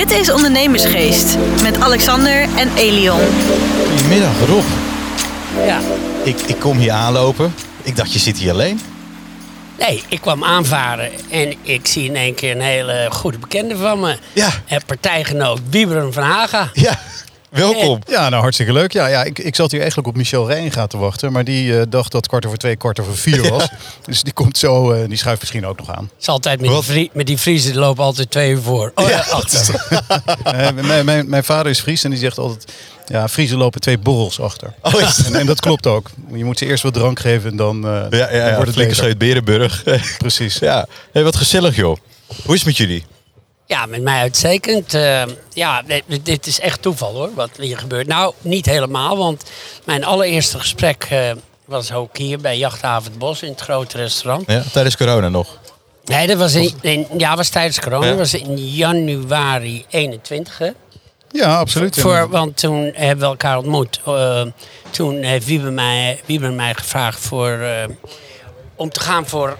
Dit is Ondernemersgeest met Alexander en Elion. Goedemiddag, Rob. Ja. Ik kom hier aanlopen. Ik dacht, je zit hier alleen. Nee, ik kwam aanvaren en ik zie in één keer een hele goede bekende van me. Ja. Partijgenoot Wiebren van Haga. Ja, welkom. Ja, nou hartstikke leuk. Ja, ik zat hier eigenlijk op Michel Reijnga te wachten. Maar die dacht dat 3:15, 4:15 was. Dus die komt zo, die schuift misschien ook nog aan. Het is altijd met die Friesen, die lopen altijd 2 uur voor. Oh ja, achter. Mijn vader is Fries en die zegt altijd... Ja, Friesen lopen 2 borrels achter. Oh, en dat klopt ook. Je moet ze eerst wat drank geven en dan wordt het Flikkerscheut Berenburg. Precies. Ja. Hey, wat gezellig, joh. Hoe is het met jullie? Ja, met mij uitstekend. Dit is echt toeval hoor, wat hier gebeurt. Nou, niet helemaal, want mijn allereerste gesprek was ook hier bij Jachthaven het Bos in het grote restaurant. Ja, tijdens corona nog? Nee, dat was was tijdens corona. Ja. Dat was in januari 21. Hè? Ja, absoluut. Want toen hebben we elkaar ontmoet. Toen heeft Wiebren mij gevraagd om te gaan voor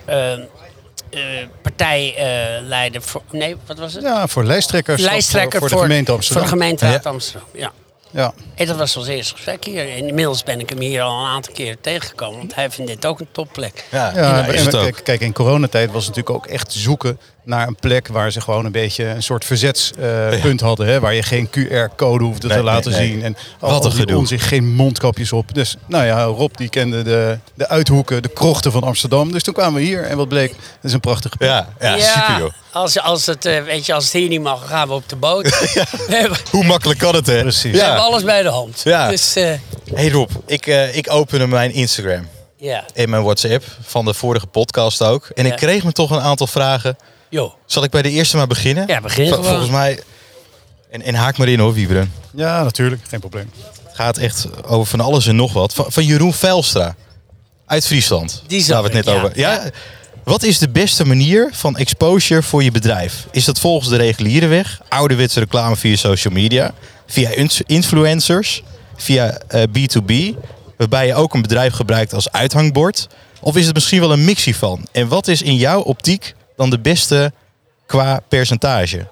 partijleider. Wat was het? Ja, voor lijsttrekkers. Lijsttrekker voor de gemeente Amsterdam. Voor de gemeenteraad Amsterdam, ja. Ja. En dat was ons eerste gesprek hier. En inmiddels ben ik hem hier al een aantal keren tegengekomen. Want hij vindt dit ook een topplek. Ja, Ja, is het ook. kijk, in coronatijd was het natuurlijk ook echt zoeken naar een plek waar ze gewoon een beetje een soort verzetspunt hadden. Hè, waar je geen QR-code hoefde te laten zien. En Wat een gedoe. onzin, geen mondkapjes op. Dus nou ja, Rob die kende de uithoeken, de krochten van Amsterdam. Dus toen kwamen we hier en wat bleek, het is een prachtige plek. Ja, super, joh. Als het hier niet mag, gaan we op de boot. We hebben Hoe makkelijk kan het, hè? Precies. we hebben alles bij de hand. Ja. Dus, Hey Rob, ik opende mijn Instagram ja. en mijn WhatsApp van de vorige podcast ook. En ik kreeg me toch een aantal vragen. Jo. Zal ik bij de eerste maar beginnen? Ja, begin gewoon. Volgens mij... En haak maar in hoor, Wiebren. Ja, natuurlijk. Geen probleem. Het gaat echt over van alles en nog wat. Van Jeroen Vijlstra. Uit Friesland. Die Daar we het net over. Ja. Wat is de beste manier van exposure voor je bedrijf? Is dat volgens de reguliere weg? Ouderwetse reclame via social media? Via influencers? Via B2B? Waarbij je ook een bedrijf gebruikt als uithangbord? Of is het misschien wel een mix hiervan? En wat is in jouw optiek dan de beste qua percentage?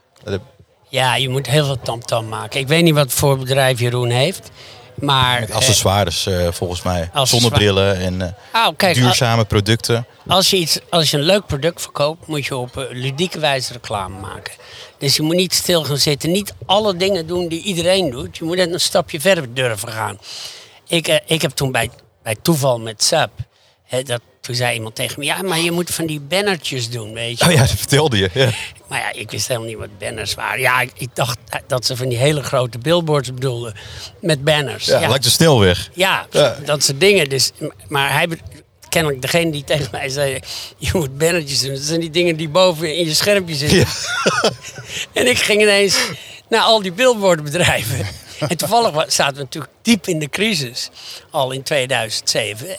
Ja, je moet heel veel tamtam maken. Ik weet niet wat voor bedrijf Jeroen heeft. Maar, Met accessoires volgens mij. accessoires. Zonnebrillen en kijk, duurzame producten. Als je een leuk product verkoopt, moet je op ludieke wijze reclame maken. Dus je moet niet stil gaan zitten. Niet alle dingen doen die iedereen doet. Je moet net een stapje verder durven gaan. Ik heb toen bij toeval met SAP... Toen zei iemand tegen me, ja, maar je moet van die bannertjes doen, weet je. Oh ja, dat vertelde je. Ja. Maar ja, ik wist helemaal niet wat banners waren. Ja, ik dacht dat ze van die hele grote billboards bedoelden. Met banners. Ja, lijkt de snelweg. Ja, dat soort dingen. Dus, maar hij... Kennelijk degene die tegen mij zei, je moet bannertjes doen. Dat zijn die dingen die boven in je schermpje zitten. Ja. En ik ging ineens naar al die billboardbedrijven. En toevallig zaten we natuurlijk diep in de crisis. Al in 2007.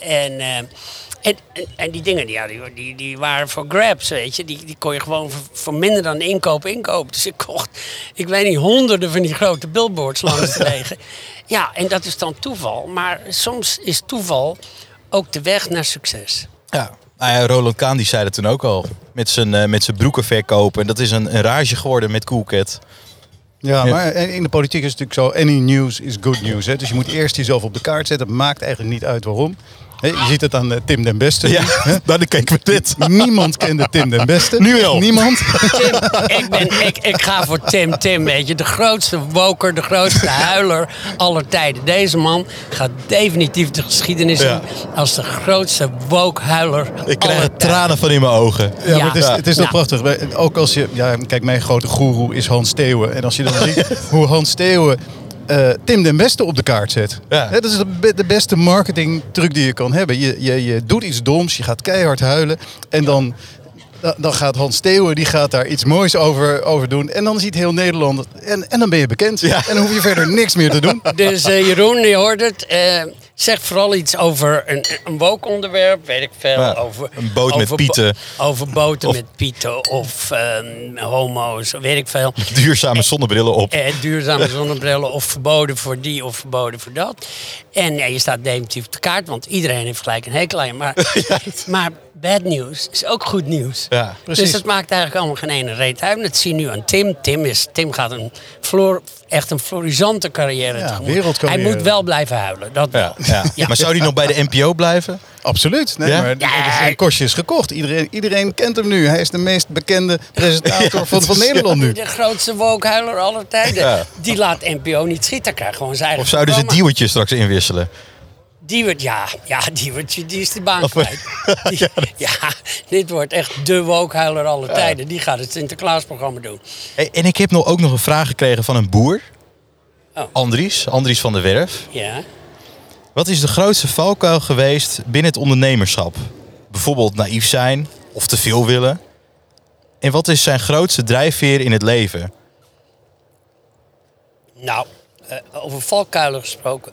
En die dingen die waren voor grabs, weet je. Die kon je gewoon voor minder dan inkopen. Dus ik kocht, ik weet niet, honderden van die grote billboards langs de wegen. Ja, en dat is dan toeval. Maar soms is toeval ook de weg naar succes. Ja. Nou ja, Roland Kaan die zei dat toen ook al. Met zijn broeken verkopen. En dat is een rage geworden met Coolcat. Ja, maar in de politiek is het natuurlijk zo, any news is good news. Hè? Dus je moet eerst jezelf op de kaart zetten. Het maakt eigenlijk niet uit waarom. Je ziet het aan Tim den Beste. Ja, dan kijk ik dit. Niemand kende Tim den Beste. Nu wel. Niemand. Tim, ik ga voor Tim, weet je. De grootste woker, de grootste huiler aller tijden. Deze man gaat definitief de geschiedenis in als de grootste woke-huiler. Ik krijg tranen van in mijn ogen. Ja, maar het is toch prachtig. Ook als je... Ja, kijk, mijn grote goeroe is Hans Steeuwen. En als je dan ziet hoe Hans Steeuwen... Tim den Beste op de kaart zet. Ja. Dat is de beste marketing truc die je kan hebben. Je doet iets doms, je gaat keihard huilen. En dan gaat Hans Steeuwen, die gaat daar iets moois over doen. En dan ziet heel Nederland en dan ben je bekend. Ja. En dan hoef je verder niks meer te doen. Dus Jeroen, je hoort het. Zeg vooral iets over een woke onderwerp, weet ik veel. Ja, over, een boot met pieten. Over boten met pieten of homo's, weet ik veel. Duurzame zonnebrillen op. Duurzame zonnebrillen of verboden voor die of verboden voor dat. En je staat definitief op de kaart, want iedereen heeft gelijk een hekel aan je. Maar bad nieuws is ook goed nieuws. Ja, precies. Dus dat maakt eigenlijk allemaal geen ene reet uit. Dat zie je nu aan Tim. Tim gaat echt een florisante carrière tegemoet. Wereldcarrière. Hij moet wel blijven huilen. Dat wel. Ja. Maar zou die nog bij de NPO blijven? Absoluut. Nee, Ja? maar zijn kostje is gekocht. Iedereen kent hem nu. Hij is de meest bekende presentator van Nederland nu. De grootste wokehuiler aller tijden. Ja. Die laat NPO niet schieten. Hij krijgt gewoon zijn eigen Of zouden ze programma. Diewertje straks inwisselen? Diewertje, die is de baan kwijt. Dit wordt echt de wokehuiler aller tijden. Die gaat het Sinterklaasprogramma doen. Hey, en ik heb ook nog een vraag gekregen van een boer. Oh. Andries van der Werf. Ja. Wat is de grootste valkuil geweest binnen het ondernemerschap? Bijvoorbeeld naïef zijn of te veel willen. En wat is zijn grootste drijfveer in het leven? Nou, over valkuilen gesproken.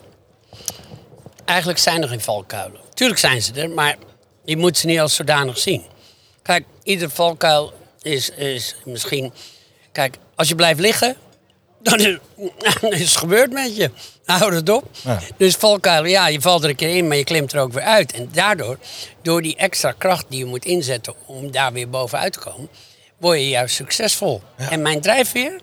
Eigenlijk zijn er geen valkuilen. Tuurlijk zijn ze er, maar je moet ze niet als zodanig zien. Kijk, ieder valkuil is misschien... Kijk, als je blijft liggen, dan is het gebeurd met je. Hou het op. Ja. Dus valkuilen, je valt er een keer in, maar je klimt er ook weer uit. En daardoor, door die extra kracht die je moet inzetten om daar weer bovenuit te komen, word je juist succesvol. Ja. En mijn drijfveer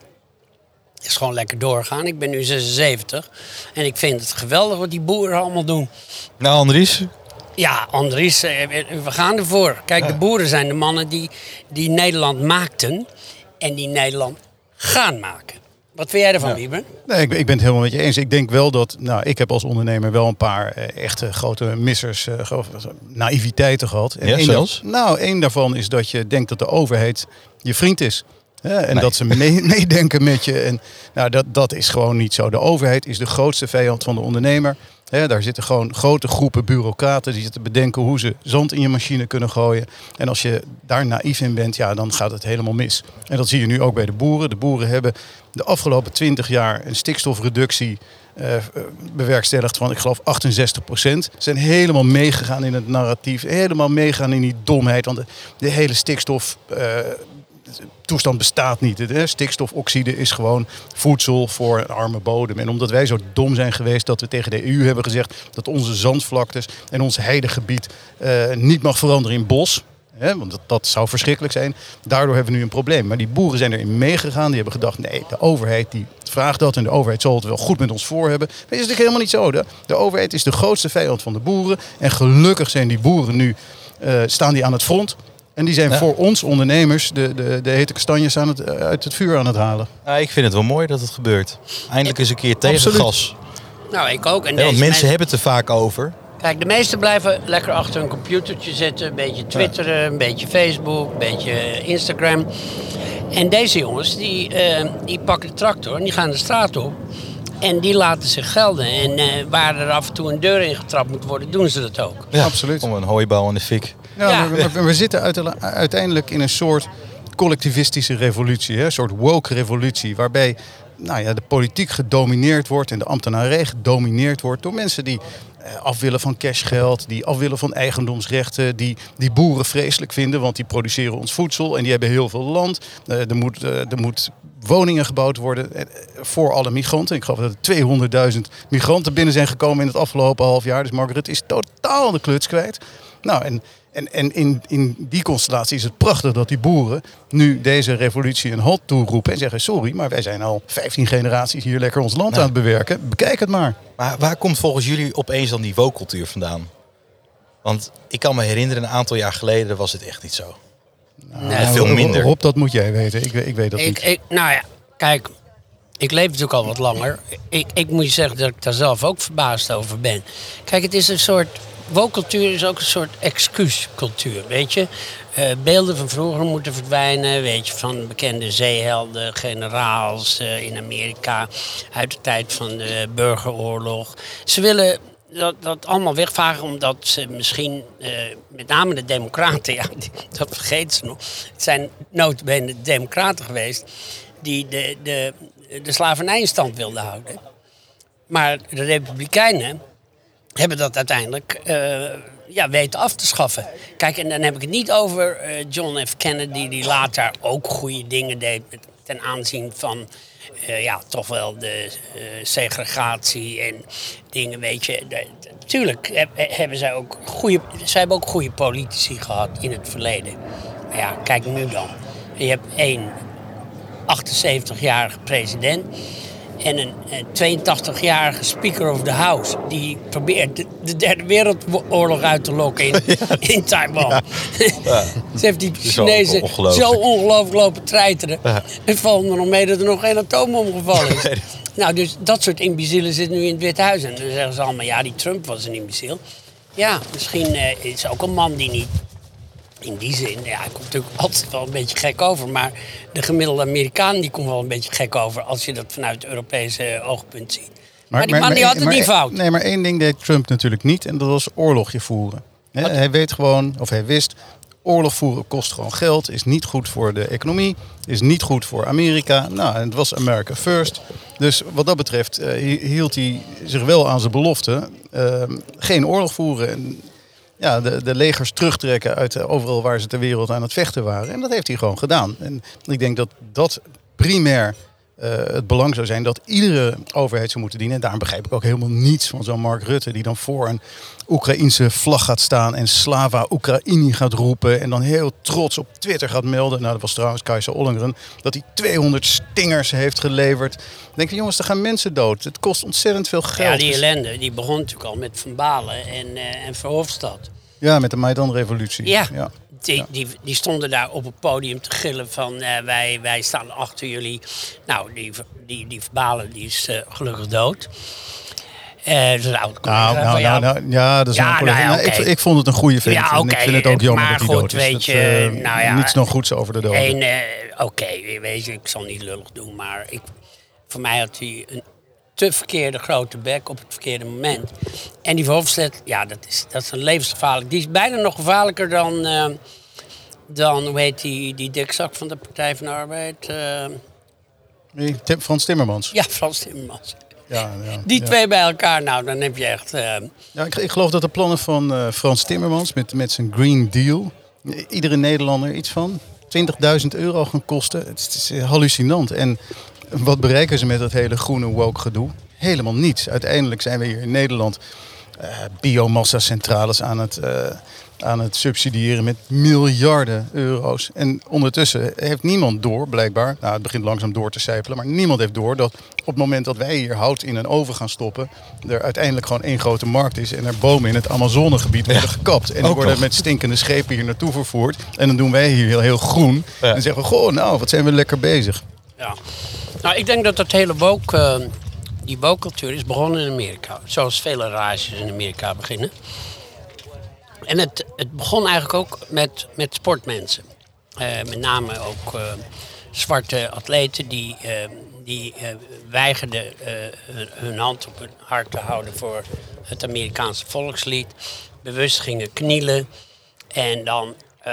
is gewoon lekker doorgaan. Ik ben nu 76 en ik vind het geweldig wat die boeren allemaal doen. Nou, Andries? Ja, Andries, we gaan ervoor. Kijk, de boeren zijn de mannen die Nederland maakten en die Nederland gaan maken. Wat vind jij ervan, Wiebe? Nee, ik ben het helemaal met je eens. Ik denk wel dat, ik heb als ondernemer wel een paar echte grote missers, naïviteiten gehad. En één daarvan is dat je denkt dat de overheid je vriend is. En dat ze meedenken met je. En dat is gewoon niet zo. De overheid is de grootste vijand van de ondernemer. Daar zitten gewoon grote groepen bureaucraten die zitten bedenken hoe ze zand in je machine kunnen gooien. En als je daar naïef in bent, dan gaat het helemaal mis. En dat zie je nu ook bij de boeren. De boeren hebben de afgelopen 20 jaar een stikstofreductie bewerkstelligd van, ik geloof, 68%. Ze zijn helemaal meegegaan in het narratief. Helemaal meegegaan in die domheid. Want de hele stikstof... toestand bestaat niet. Stikstofoxide is gewoon voedsel voor een arme bodem. En omdat wij zo dom zijn geweest dat we tegen de EU hebben gezegd dat onze zandvlaktes en ons heidegebied niet mag veranderen in bos. Want dat zou verschrikkelijk zijn. Daardoor hebben we nu een probleem. Maar die boeren zijn erin meegegaan. Die hebben gedacht, nee, de overheid die vraagt dat en de overheid zal het wel goed met ons voor hebben. Maar dat is natuurlijk helemaal niet zo. De overheid is de grootste vijand van de boeren. En gelukkig zijn die boeren nu, staan die aan het front. En die zijn voor ons ondernemers de hete kastanjes uit het vuur aan het halen. Ja, ik vind het wel mooi dat het gebeurt. Eindelijk eens een keer tegen gas. Nou, ik ook. En want mensen hebben het er vaak over. Kijk, de meesten blijven lekker achter een computertje zitten. Een beetje twitteren, een beetje Facebook, een beetje Instagram. En deze jongens, die pakken de tractor en die gaan de straat op. En die laten zich gelden. En waar er af en toe een deur in getrapt moet worden, doen ze dat ook. Ja, absoluut. Om een hooibal in de fik. Ja. Maar we zitten uiteindelijk in een soort collectivistische revolutie. Een soort woke revolutie. Waarbij de politiek gedomineerd wordt en de ambtenarij gedomineerd wordt door mensen die af willen van cashgeld, die af willen van eigendomsrechten, die boeren vreselijk vinden, want die produceren ons voedsel en die hebben heel veel land. Er moet woningen gebouwd worden voor alle migranten. Ik geloof dat er 200.000 migranten binnen zijn gekomen in het afgelopen half jaar. Dus Margaret is totaal de kluts kwijt. En in die constellatie is het prachtig dat die boeren nu deze revolutie een halt toeroepen en zeggen, sorry, maar wij zijn al 15 generaties hier lekker ons land aan het bewerken. Bekijk het maar. Maar waar komt volgens jullie opeens dan die woke-cultuur vandaan? Want ik kan me herinneren, een aantal jaar geleden was het echt niet zo. Veel minder. Rob, dat moet jij weten. Ik weet dat niet. Kijk, ik leef natuurlijk al wat langer. Ik moet je zeggen dat ik daar zelf ook verbaasd over ben. Kijk, het is een soort... Woke-cultuur is ook een soort excuuscultuur, weet je. Beelden van vroeger moeten verdwijnen, weet je, van bekende zeehelden, generaals in Amerika uit de tijd van de burgeroorlog. Ze willen dat allemaal wegvagen omdat ze misschien, met name de democraten, dat vergeten ze nog. Het zijn nota bene de democraten geweest die de slavernij in stand wilden houden. Maar de republikeinen hebben dat uiteindelijk weten af te schaffen. Kijk, en dan heb ik het niet over John F. Kennedy, die later ook goede dingen deed ten aanzien van toch wel de segregatie en dingen, weet je. Natuurlijk hebben zij hebben ook goede politici gehad in het verleden. Maar ja, kijk nu dan. Je hebt 78-jarige president en een 82-jarige Speaker of the House die probeert de Derde Wereldoorlog uit te lokken in Taiwan. Ja. Ja. Ze heeft die Chinezen zo ongelooflijk lopen treiteren. Ja. En valt er nog mee dat er nog geen atoombom gevallen is. Nou, dus dat soort imbecielen zitten nu in het Witte Huis. En dan zeggen ze allemaal, die Trump was een imbeciel. Ja, misschien is ook een man die niet... In die zin, hij komt natuurlijk altijd wel een beetje gek over. Maar de gemiddelde Amerikaan die komt wel een beetje gek over... als je dat vanuit het Europese oogpunt ziet. Maar die man die had het niet fout. Nee, maar één ding deed Trump natuurlijk niet. En dat was oorlogje voeren. Hij weet gewoon, of hij wist... oorlog voeren kost gewoon geld. Is niet goed voor de economie. Is niet goed voor Amerika. Nou, en het was America first. Dus wat dat betreft hield hij zich wel aan zijn belofte. Geen oorlog voeren. En, de legers terugtrekken uit overal waar ze ter wereld aan het vechten waren. En dat heeft hij gewoon gedaan. En ik denk dat dat primair het belang zou zijn dat iedere overheid zou moeten dienen. En daarom begrijp ik ook helemaal niets van zo'n Mark Rutte die dan voor een Oekraïense vlag gaat staan en Slava Oekraïni gaat roepen. En dan heel trots op Twitter gaat melden. Nou, dat was trouwens Kajsa Ollongren. Dat hij 200 stingers heeft geleverd. Dan denk je, jongens, er gaan mensen dood. Het kost ontzettend veel geld. Ja, die ellende, die begon natuurlijk al met Van Balen en Verhofstadt. Ja, met de Maidan-revolutie. Ja. Die stonden daar op het podium te gillen van wij staan achter jullie. Nou, die Verbalen die is gelukkig dood. Dat is een oud collega. Ja, dat is een collega. Okay. Ik vond het een goede vent. Ja, okay. En ik vind het ook jammer dat hij dood is. Weet je, niets nog goeds over de dood. Weet je, ik zal niet lullig doen, maar voor mij had hij een te verkeerde grote bek op het verkeerde moment. En die Verhofstadt, dat is een levensgevaarlijk. Die is bijna nog gevaarlijker dan hoe heet die dikzak van de Partij van de Arbeid? Frans Timmermans. Ja, Frans Timmermans. Die twee bij elkaar, nou, dan heb je echt... Ik geloof dat de plannen van Frans Timmermans met zijn Green Deal... iedere Nederlander iets van €20.000 gaan kosten. Het is hallucinant. En wat bereiken ze met dat hele groene woke gedoe? Helemaal niets. Uiteindelijk zijn we hier in Nederland biomassa-centrales aan het subsidiëren met miljarden euro's. En ondertussen heeft niemand door, blijkbaar, het begint langzaam door te sijpelen, maar niemand heeft door dat op het moment dat wij hier hout in een oven gaan stoppen, er uiteindelijk gewoon één grote markt is en er bomen in het Amazonegebied worden gekapt. En die worden met stinkende schepen hier naartoe vervoerd. En dan doen wij hier heel groen. Ja. En zeggen we, wat zijn we lekker bezig. Ja. Nou, ik denk dat dat hele die woke-cultuur is begonnen in Amerika. Zoals vele rages in Amerika beginnen. En het begon eigenlijk ook met sportmensen. Met name ook zwarte atleten die weigerden hun hand op hun hart te houden voor het Amerikaanse volkslied. Bewust gingen knielen. En dan,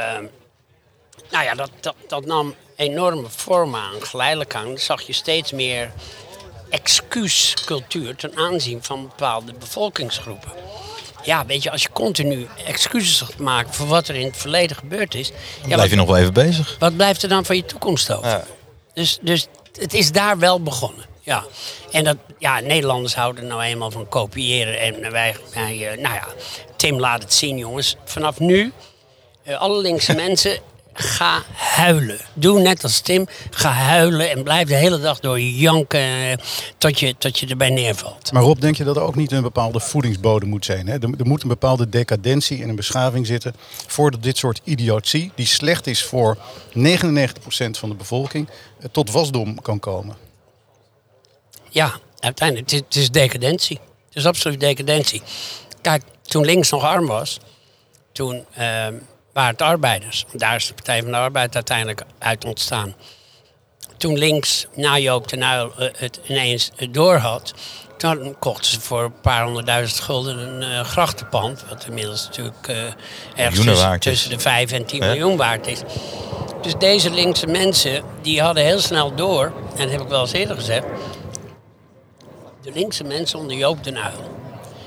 dat nam enorme vormen aan, geleidelijk aan. Dan zag je steeds meer excuuscultuur ten aanzien van bepaalde bevolkingsgroepen. Ja, weet je, als je continu excuses gaat maken voor wat er in het verleden gebeurd is... Blijf je nog wel even bezig. Wat blijft er dan van je toekomst over? Ja. Dus het is daar wel begonnen. Ja. En Nederlanders houden nou eenmaal van kopiëren. En wij Tim laat het zien, jongens. Vanaf nu, alle linkse mensen... Ga huilen. Doe net als Tim. Ga huilen en blijf de hele dag door janken tot je erbij neervalt. Maar Rob, denk je dat er ook niet een bepaalde voedingsbodem moet zijn? Hè? Er moet een bepaalde decadentie in een beschaving zitten voordat dit soort idiotie, die slecht is voor 99% van de bevolking, tot wasdom kan komen? Ja, uiteindelijk. Het is decadentie. Het is absoluut decadentie. Kijk, toen links nog arm was, toen... waren het arbeiders. Daar is de Partij van de Arbeid uiteindelijk uit ontstaan. Toen links, na Joop den Uyl het ineens door had... toen kochten ze voor een paar $100.000 een grachtenpand... wat inmiddels natuurlijk ergens tussen de 5 en 10 miljoen waard is. Dus deze linkse mensen, die hadden heel snel door... en dat heb ik wel eens eerder gezegd... de linkse mensen onder Joop den Uyl...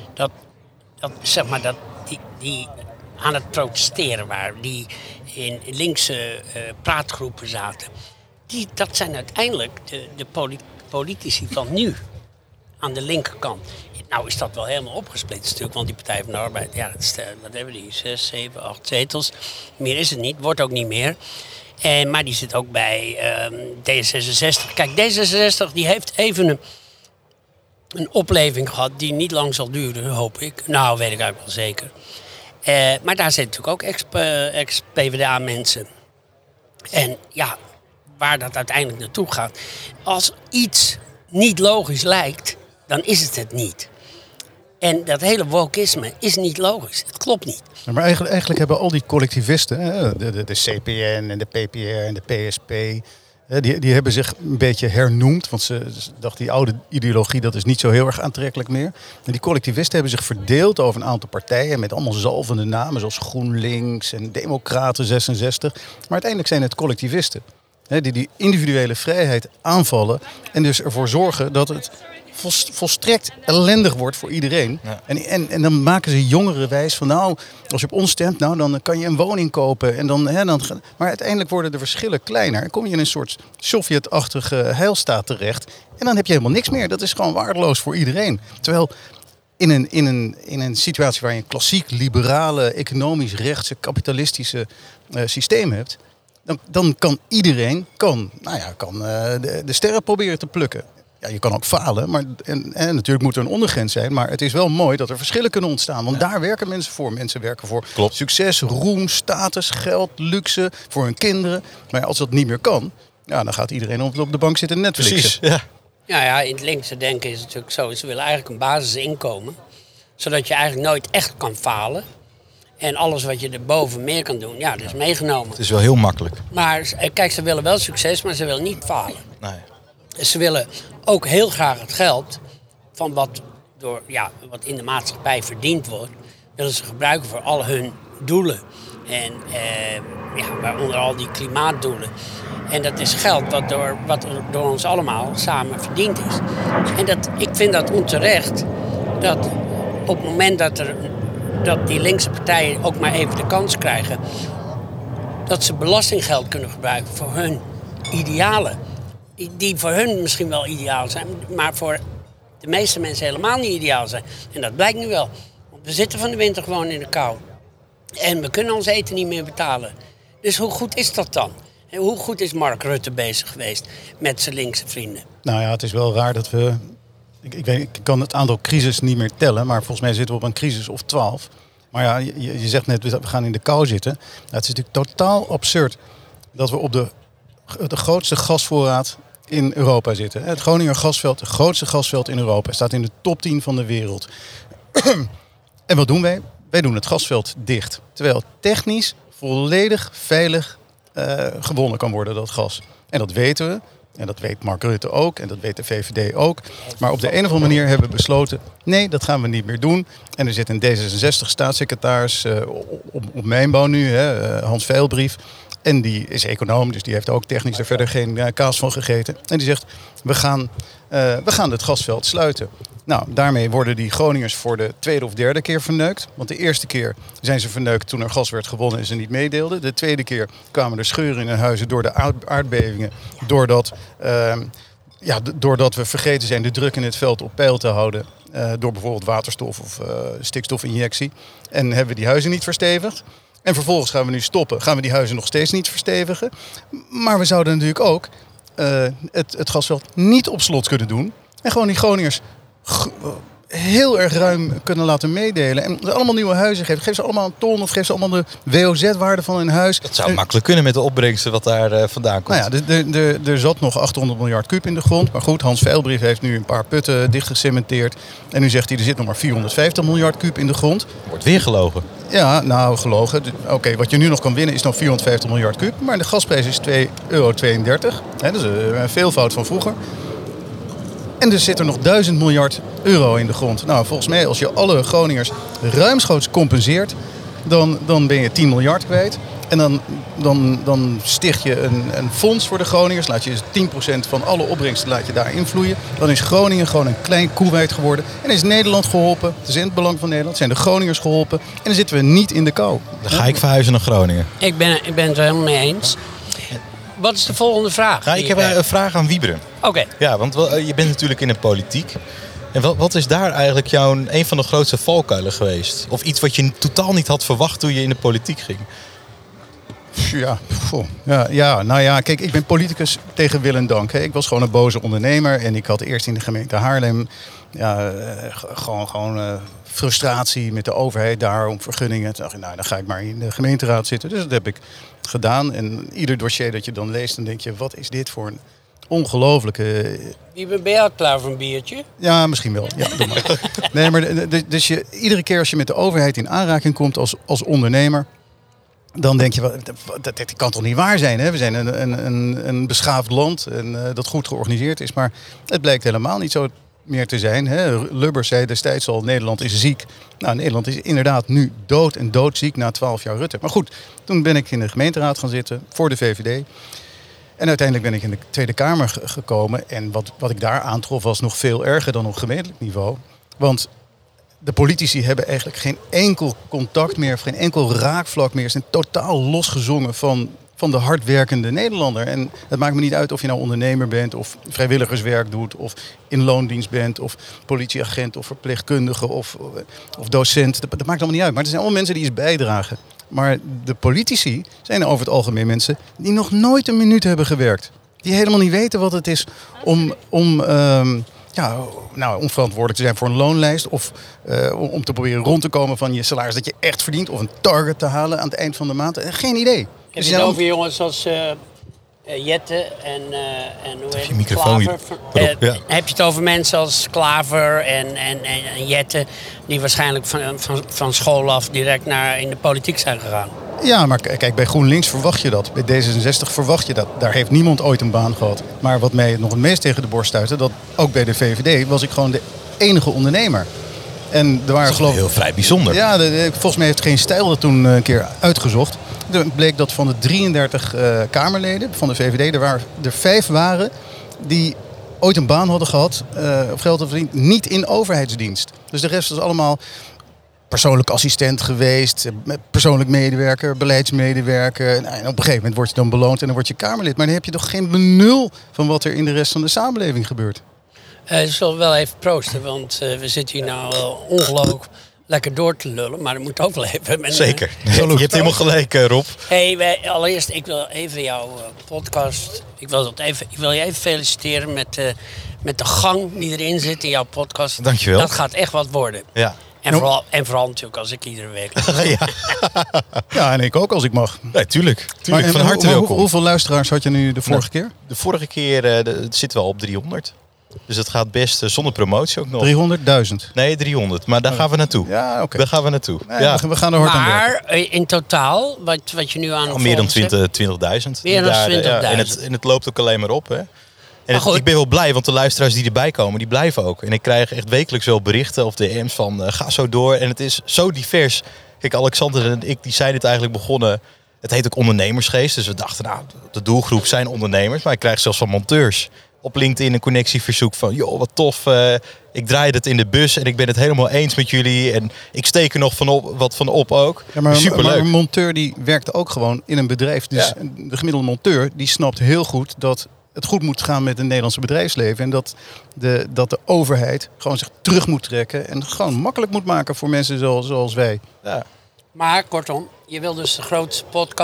die aan het protesteren waren, die in linkse praatgroepen zaten. dat zijn uiteindelijk de politici van nu. Aan de linkerkant. Nou is dat wel helemaal opgesplitst natuurlijk. Want die Partij van de Arbeid, wat hebben die? 6, 7, 8 zetels. Meer is het niet. Wordt ook niet meer. Maar die zit ook bij D66. Kijk, D66 die heeft even een opleving gehad die niet lang zal duren, hoop ik. Nou, weet ik eigenlijk wel zeker. Maar daar zitten natuurlijk ook ex-PvdA mensen. En ja, waar dat uiteindelijk naartoe gaat. Als iets niet logisch lijkt, dan is het niet. En dat hele wokisme is niet logisch. Het klopt niet. Ja, maar eigenlijk hebben al die collectivisten, de CPN en de PPR en de PSP... Die hebben zich een beetje hernoemd. Want ze dachten, die oude ideologie, dat is niet zo heel erg aantrekkelijk meer. En die collectivisten hebben zich verdeeld over een aantal partijen. Met allemaal zalvende namen, zoals GroenLinks en Democraten 66. Maar uiteindelijk zijn het collectivisten. Die individuele vrijheid aanvallen. En dus ervoor zorgen dat het volstrekt ellendig wordt voor iedereen. Ja. En dan maken ze jongeren wijs van, nou, als je op ons stemt, nou, dan kan je een woning kopen. En dan, maar uiteindelijk worden de verschillen kleiner. En kom je in een soort Sovjet-achtige heilstaat terecht. En dan heb je helemaal niks meer. Dat is gewoon waardeloos voor iedereen. Terwijl in een situatie waar je een klassiek liberale, economisch rechtse, kapitalistische systeem hebt, dan kan iedereen de sterren proberen te plukken. Ja, je kan ook falen, maar en natuurlijk moet er een ondergrens zijn. Maar het is wel mooi dat er verschillen kunnen ontstaan. Want daar werken mensen voor. Mensen werken voor succes, roem, status, geld, luxe, voor hun kinderen. Maar als dat niet meer kan, dan gaat iedereen op de bank zitten Netflixen. Precies, ja. Ja, in het linkse denken is het natuurlijk zo. Ze willen eigenlijk een basisinkomen. Zodat je eigenlijk nooit echt kan falen. En alles wat je erboven meer kan doen, dat is meegenomen. Het is wel heel makkelijk. Maar kijk, ze willen wel succes, maar ze willen niet falen. Nee. Ze willen ook heel graag het geld van wat in de maatschappij verdiend wordt, willen ze gebruiken voor al hun doelen. En waaronder al die klimaatdoelen. En dat is geld wat door ons allemaal samen verdiend is. En ik vind dat onterecht dat op het moment dat die linkse partijen ook maar even de kans krijgen, dat ze belastinggeld kunnen gebruiken voor hun idealen. Die voor hun misschien wel ideaal zijn, maar voor de meeste mensen helemaal niet ideaal zijn. En dat blijkt nu wel. Want we zitten van de winter gewoon in de kou. En we kunnen ons eten niet meer betalen. Dus hoe goed is dat dan? En hoe goed is Mark Rutte bezig geweest met zijn linkse vrienden? Nou ja, het is wel raar dat we... Ik kan het aantal crisis niet meer tellen, maar volgens mij zitten we op een crisis of 12. Maar ja, je zegt net, we gaan in de kou zitten. Nou, het is natuurlijk totaal absurd dat we op de grootste gasvoorraad in Europa zitten. Het Groninger gasveld, het grootste gasveld in Europa, staat in de top 10 van de wereld. En wat doen wij? Wij doen het gasveld dicht. Terwijl technisch volledig veilig gewonnen kan worden, dat gas. En dat weten we. En dat weet Mark Rutte ook. En dat weet de VVD ook. Maar op de een of andere manier hebben we besloten, nee, dat gaan we niet meer doen. En er zit een D66-staatssecretaris op mijnbouw nu, Hans Veilbrief. En die is econoom, dus die heeft ook technisch er verder geen kaas van gegeten. En die zegt, we gaan het gasveld sluiten. Nou, daarmee worden die Groningers voor de tweede of derde keer verneukt. Want de eerste keer zijn ze verneukt toen er gas werd gewonnen en ze niet meedeelden. De tweede keer kwamen er scheuren in hun huizen door de aardbevingen. Doordat we vergeten zijn de druk in het veld op peil te houden. Door bijvoorbeeld waterstof of stikstofinjectie. En hebben we die huizen niet verstevigd. En vervolgens gaan we nu stoppen. Gaan we die huizen nog steeds niet verstevigen. Maar we zouden natuurlijk ook het gasveld niet op slot kunnen doen. En gewoon die Groningers heel erg ruim kunnen laten meedelen. En ze allemaal nieuwe huizen geven. Geef ze allemaal een ton of geef ze allemaal de WOZ-waarde van hun huis. Dat zou makkelijk kunnen met de opbrengsten wat daar vandaan komt. Nou ja, er zat nog 800 miljard kuub in de grond. Maar goed, Hans Veilbrief heeft nu een paar putten dichtgecementeerd. En nu zegt hij, er zit nog maar 450 miljard kuub in de grond. Wordt weer gelogen. Ja, nou gelogen. Oké, wat je nu nog kan winnen is nog 450 miljard kuub. Maar de gasprijs is €2,32. Dat is een veelvoud van vroeger. En er zit er nog 1000 miljard euro in de grond. Nou, volgens mij als je alle Groningers ruimschoots compenseert, dan ben je 10 miljard kwijt. En dan sticht je een fonds voor de Groningers. Laat je 10% van alle opbrengsten daar invloeien. Dan is Groningen gewoon een klein Koeweit geworden. En is Nederland geholpen. Het is in het belang van Nederland. Zijn de Groningers geholpen. En dan zitten we niet in de kou. Dan ga ik verhuizen naar Groningen. Ik ben het er helemaal mee eens. wat is de volgende vraag? Nou, ik heb een vraag aan Wiebren. Oké. Ja, want je bent natuurlijk in de politiek. En wat is daar eigenlijk een van de grootste valkuilen geweest? Of iets wat je totaal niet had verwacht toen je in de politiek ging? Kijk, ik ben politicus tegen wil en dank. Hè. Ik was gewoon een boze ondernemer en ik had eerst in de gemeente Haarlem gewoon frustratie met de overheid daar om vergunningen. Toen dacht ik, dan ga ik maar in de gemeenteraad zitten. Dus dat heb ik gedaan. En ieder dossier dat je dan leest, dan denk je, wat is dit voor een ongelooflijke... Ben je al klaar voor een biertje? Ja, misschien wel. Ja, doe maar. Nee, maar dus iedere keer als je met de overheid in aanraking komt als ondernemer, dan denk je, dat kan toch niet waar zijn? Hè? We zijn een beschaafd land en dat goed georganiseerd is. Maar het blijkt helemaal niet zo meer te zijn. Hè? Lubbers zei destijds al, Nederland is ziek. Nou, Nederland is inderdaad nu dood en doodziek na 12 jaar Rutte. Maar goed, toen ben ik in de gemeenteraad gaan zitten voor de VVD. En uiteindelijk ben ik in de Tweede Kamer gekomen. En wat ik daar aantrof was nog veel erger dan op gemeentelijk niveau. Want de politici hebben eigenlijk geen enkel contact meer, geen enkel raakvlak meer. Ze zijn totaal losgezongen van de hardwerkende Nederlander. En het maakt me niet uit of je nou ondernemer bent, of vrijwilligerswerk doet, of in loondienst bent, of politieagent, of verpleegkundige, of docent. Dat maakt allemaal niet uit. Maar er zijn allemaal mensen die iets bijdragen. Maar de politici zijn over het algemeen mensen die nog nooit een minuut hebben gewerkt. Die helemaal niet weten wat het is om onverantwoordelijk te zijn voor een loonlijst. Of om te proberen rond te komen van je salaris dat je echt verdient. Of een target te halen aan het eind van de maand. Geen idee. Heb je het over jongens als Jette en hoe heet het? Klaver? Heb je het over mensen als Klaver en Jette, die waarschijnlijk van school af direct in de politiek zijn gegaan? Ja, maar kijk, bij GroenLinks verwacht je dat. Bij D66 verwacht je dat. Daar heeft niemand ooit een baan gehad. Maar wat mij nog het meest tegen de borst stuitte, dat ook bij de VVD was ik gewoon de enige ondernemer. En er waren heel vrij bijzonder. Ja, volgens mij heeft Geen Stijl dat toen een keer uitgezocht. Het bleek dat van de 33 Kamerleden van de VVD, er 5 waren die ooit een baan hadden gehad, of geld hadden verdiend, niet in overheidsdienst. Dus de rest was allemaal persoonlijk assistent geweest, persoonlijk medewerker, beleidsmedewerker. En op een gegeven moment word je dan beloond en dan word je Kamerlid. Maar dan heb je toch geen benul van wat er in de rest van de samenleving gebeurt. Ik zal wel even proosten, want we zitten hier nou ongelooflijk lekker door te lullen. Maar dat moet ook wel even. Zeker. Je hebt helemaal gelijk, Rob. Allereerst, ik wil even jouw podcast. Ik wil je even feliciteren met de gang die erin zit in jouw podcast. Dankjewel. Dat gaat echt wat worden. Ja. En vooral natuurlijk als ik iedere week. Ja, en ik ook als ik mag. Nee, tuurlijk. Van harte welkom. Hoeveel luisteraars had je nu de vorige keer? De vorige keer zitten we al op 300. Dus het gaat best zonder promotie ook nog. 300.000? Nee, 300. Maar daar gaan we naartoe. Ja, oké. Daar gaan we naartoe. Nee, ja. We gaan er hard aan werken. Maar in totaal, wat je nu aan meer dan 20.000. Meer dan 20.000. En het loopt ook alleen maar op, hè. En ik ben wel blij, want de luisteraars die erbij komen, die blijven ook. En ik krijg echt wekelijks wel berichten of DM's van ga zo door. En het is zo divers. Kijk, Alexander en ik die zijn dit eigenlijk begonnen. Het heet ook ondernemersgeest. Dus we dachten, de doelgroep zijn ondernemers. Maar ik krijg zelfs van monteurs op LinkedIn een connectieverzoek van, joh, wat tof. Ik draai het in de bus en ik ben het helemaal eens met jullie. En ik steek er nog wat van op ook. Ja, maar superleuk. Maar een monteur die werkt ook gewoon in een bedrijf. Dus de gemiddelde monteur die snapt heel goed dat het goed moet gaan met het Nederlandse bedrijfsleven. En dat de overheid gewoon zich terug moet trekken. En gewoon makkelijk moet maken voor mensen zoals wij. Ja. Maar kortom, je wil dus de grootste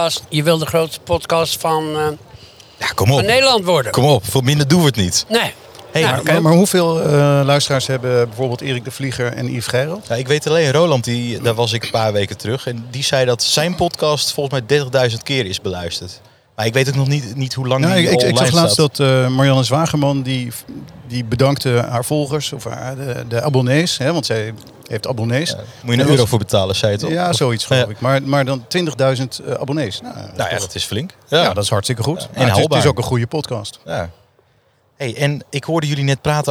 podcast van kom op. van Nederland worden. Kom op, voor minder doen we het niet. Nee. Maar hoeveel luisteraars hebben bijvoorbeeld Erik de Vlieger en Yves Gerald? Ja, ik weet alleen Roland, daar was ik een paar weken terug. En die zei dat zijn podcast volgens mij 30.000 keer is beluisterd. Maar ik weet ook nog niet hoe lang die online staat. Ik zag laatst dat Marianne Zwageman die bedankte haar volgers, of de abonnees. Hè, want zij heeft abonnees. Ja, moet je een euro voor betalen, zei het toch? Ja, zoiets geloof ik. Maar dan 20.000 abonnees. Dat is flink. Ja, dat is hartstikke goed. En het is ook een goede podcast. Ja. Hey, en ik hoorde jullie net praten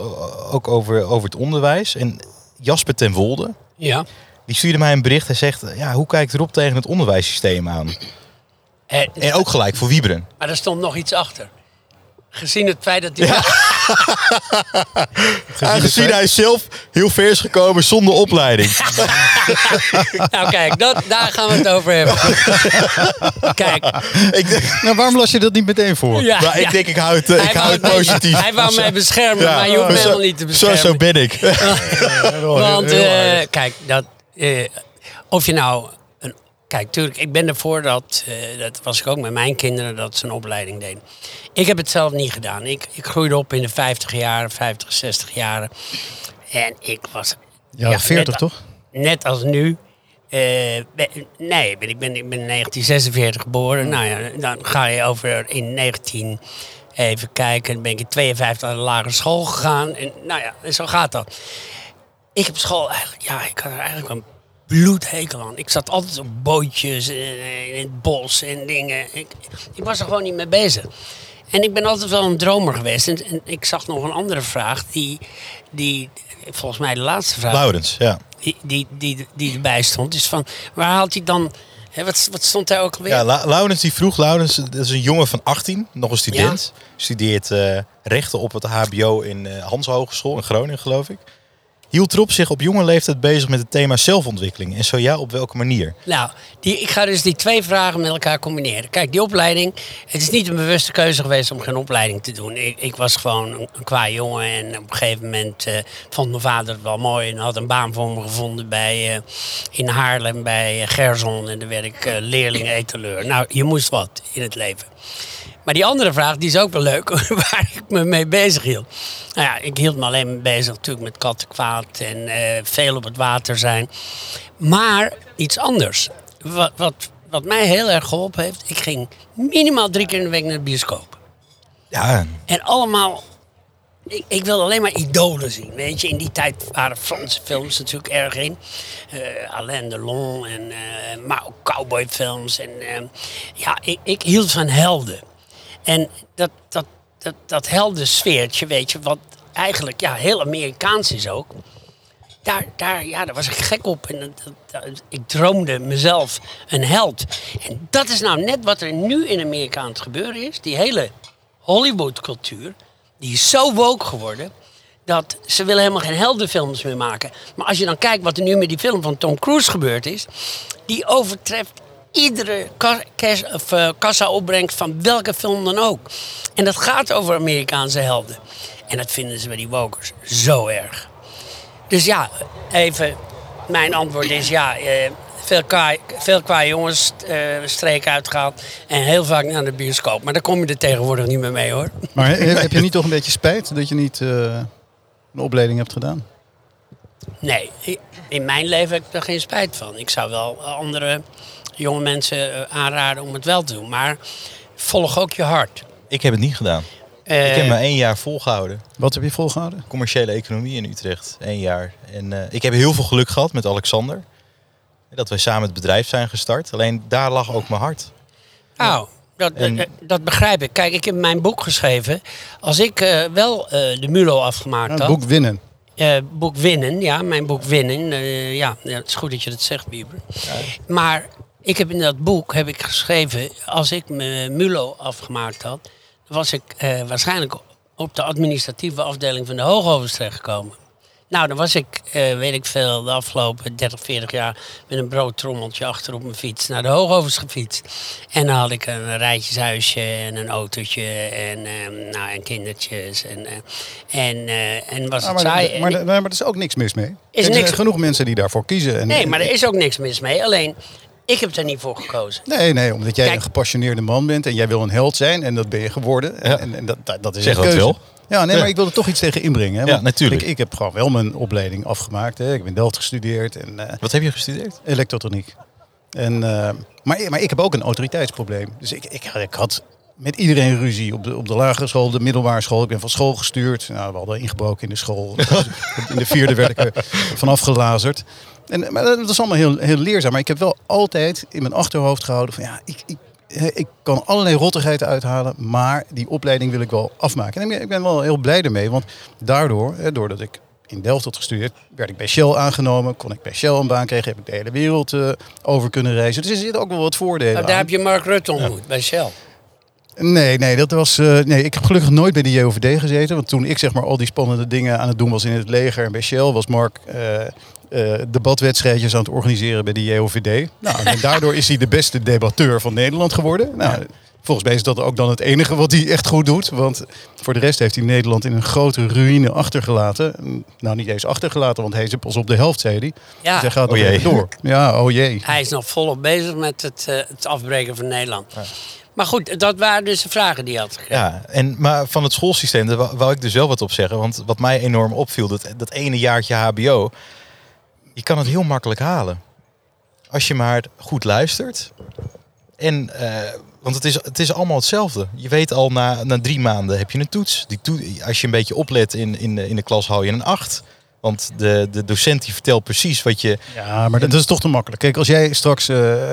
over het onderwijs. En Jasper ten Wolde, die stuurde mij een bericht. Hij zegt, hoe kijkt Rob tegen het onderwijssysteem aan? En ook gelijk voor Wiebren. Maar er stond nog iets achter. Gezien het feit dat hij... Aangezien hij zelf heel ver is gekomen zonder opleiding. Nou kijk, daar gaan we het over hebben. Kijk. Nou, waarom las je dat niet meteen voor? Ja, Maar ik denk, ik hou het positief. Hij wou mij beschermen, maar je hoeft mij helemaal niet te beschermen. Zo ben ik. Want kijk, of je nou... Kijk, tuurlijk, ik ben ervoor dat was ik ook met mijn kinderen, dat ze een opleiding deden. Ik heb het zelf niet gedaan. Ik groeide op in de 50, 60 jaren. En ik was... Ja, 40 toch? Net als nu. Nee, ik ben in 1946 geboren. Nou ja, dan ga je over in 19... Even kijken, dan ben ik in 52 naar de lagere school gegaan. En nou ja, zo gaat dat. Ik heb school eigenlijk... Ja, ik had er eigenlijk een bloedhekel aan. Ik zat altijd op bootjes in het bos en dingen. Ik was er gewoon niet mee bezig. En ik ben altijd wel een dromer geweest. En ik zag nog een andere vraag die volgens mij de laatste vraag... Laurens, ja. Die erbij stond. Dus van, waar haalt hij dan... Wat stond daar ook alweer? Ja, Laurens die vroeg. Laurens, dat is een jongen van 18, nog een student. Ja. Studeert rechten op het HBO in Hans Hogeschool in Groningen, geloof ik. Hield erop zich op jonge leeftijd bezig met het thema zelfontwikkeling. En zo ja, op welke manier? Nou, ik ga dus die twee vragen met elkaar combineren. Kijk, die opleiding, het is niet een bewuste keuze geweest om geen opleiding te doen. Ik was gewoon een kwaai jongen en op een gegeven moment vond mijn vader het wel mooi en had een baan voor me gevonden in Haarlem bij Gerson. En daar werd ik leerling-etaleur. Nou, je moest wat in het leven. Maar die andere vraag, die is ook wel leuk, waar ik me mee bezig hield. Nou ja, ik hield me alleen bezig natuurlijk met kattenkwaad en veel op het water zijn. Maar iets anders. Wat mij heel erg geholpen heeft, ik ging minimaal 3 keer in de week naar de bioscoop. Ja. En allemaal, ik wilde alleen maar idolen zien. Weet je, in die tijd waren Franse films natuurlijk erg in. Alain Delon maar ook cowboyfilms. En ja, ik hield van helden. En dat heldensfeertje, weet je, wat eigenlijk ja, heel Amerikaans is ook. Daar was ik gek op. En ik droomde mezelf een held. En dat is nou net wat er nu in Amerika aan het gebeuren is. Die hele Hollywood-cultuur, die is zo woke geworden, dat ze willen helemaal geen heldenfilms meer maken. Maar als je dan kijkt wat er nu met die film van Tom Cruise gebeurd is, die overtreft iedere kassa-opbrengst van welke film dan ook. En dat gaat over Amerikaanse helden. En dat vinden ze bij die wokers zo erg. Dus ja, even, mijn antwoord is ja, veel kwaai jongens streken uitgehaald en heel vaak naar de bioscoop. Maar daar kom je er tegenwoordig niet meer mee, hoor. Maar heb je niet toch een beetje spijt dat je niet een opleiding hebt gedaan? Nee, in mijn leven heb ik er geen spijt van. Ik zou wel andere jonge mensen aanraden om het wel te doen. Maar volg ook je hart. Ik heb het niet gedaan. Ik heb me 1 jaar volgehouden. Wat heb je volgehouden? Commerciële economie in Utrecht. 1 jaar. En ik heb heel veel geluk gehad met Alexander. Dat wij samen het bedrijf zijn gestart. Alleen daar lag ook mijn hart. Oh, dat begrijp ik. Kijk, ik heb mijn boek geschreven. Als ik wel de MULO afgemaakt had. Het boek Winnen. Boek Winnen, ja, mijn boek Winnen. Ja, het is goed dat je dat zegt, Bieber. Ja. Maar ik heb in dat boek geschreven, als ik mijn MULO afgemaakt had, was ik waarschijnlijk op de administratieve afdeling van de Hoogovens terechtgekomen. Nou, dan was ik, weet ik veel, de afgelopen 30, 40 jaar met een broodtrommeltje achter op mijn fiets naar de Hoogovens gefietst. En dan had ik een rijtjeshuisje en een autootje en kindertjes. En was het saai. Maar er is ook niks mis mee. Er zijn genoeg mensen die daarvoor kiezen. Nee, maar er is ook niks mis mee. Alleen, ik heb er niet voor gekozen. Nee, omdat jij een gepassioneerde man bent en jij wil een held zijn en dat ben je geworden. Ja. En dat is zeg een keuze. Wel. Ja, nee, maar ik wil er toch iets tegen inbrengen. Hè? Ja, natuurlijk. Ik heb gewoon wel mijn opleiding afgemaakt. Hè? Ik heb in Delft gestudeerd. Wat heb je gestudeerd? Elektrotechniek. Maar ik heb ook een autoriteitsprobleem. Dus ik had met iedereen ruzie op de lagere school, de middelbare school. Ik ben van school gestuurd. Nou, we hadden ingebroken in de school. In de 4e werd ik er vanaf gelazerd. Maar dat was allemaal heel leerzaam. Maar ik heb wel altijd in mijn achterhoofd gehouden van ja, ik kan allerlei rottigheid uithalen, maar die opleiding wil ik wel afmaken. En ik ben wel heel blij ermee, want doordat ik in Delft had gestudeerd, werd ik bij Shell aangenomen. Kon ik bij Shell een baan krijgen, heb ik de hele wereld over kunnen reizen. Dus er zitten ook wel wat voordelen aan. Daar heb je Mark Rutte ontmoet, bij Shell. Nee, dat was. Nee, ik heb gelukkig nooit bij de JOVD gezeten. Want toen ik zeg maar al die spannende dingen aan het doen was in het leger en bij Shell, was Mark debatwedstrijdjes aan het organiseren bij de JOVD. Nou, en daardoor is hij de beste debatteur van Nederland geworden. Nou, volgens mij is dat ook dan het enige wat hij echt goed doet. Want voor de rest heeft hij Nederland in een grote ruïne achtergelaten. Nou, niet eens achtergelaten, want hij is pas op de helft, zei hij. Ja. Dus hij gaat nog even door. Ja, oh jee. Hij is nog volop bezig met het afbreken van Nederland. Ja. Maar goed, dat waren dus de vragen die hij had gegeven. Ja, maar van het schoolsysteem, daar wou ik dus wel wat op zeggen. Want wat mij enorm opviel, dat ene jaartje HBO... Je kan het heel makkelijk halen. Als je maar goed luistert. En, want het is allemaal hetzelfde. Je weet al, na 3 maanden heb je een toets. Als je een beetje oplet in de klas, hou je een 8. Want de docent die vertelt precies wat je... Ja, maar dat is toch te makkelijk. Kijk, als jij straks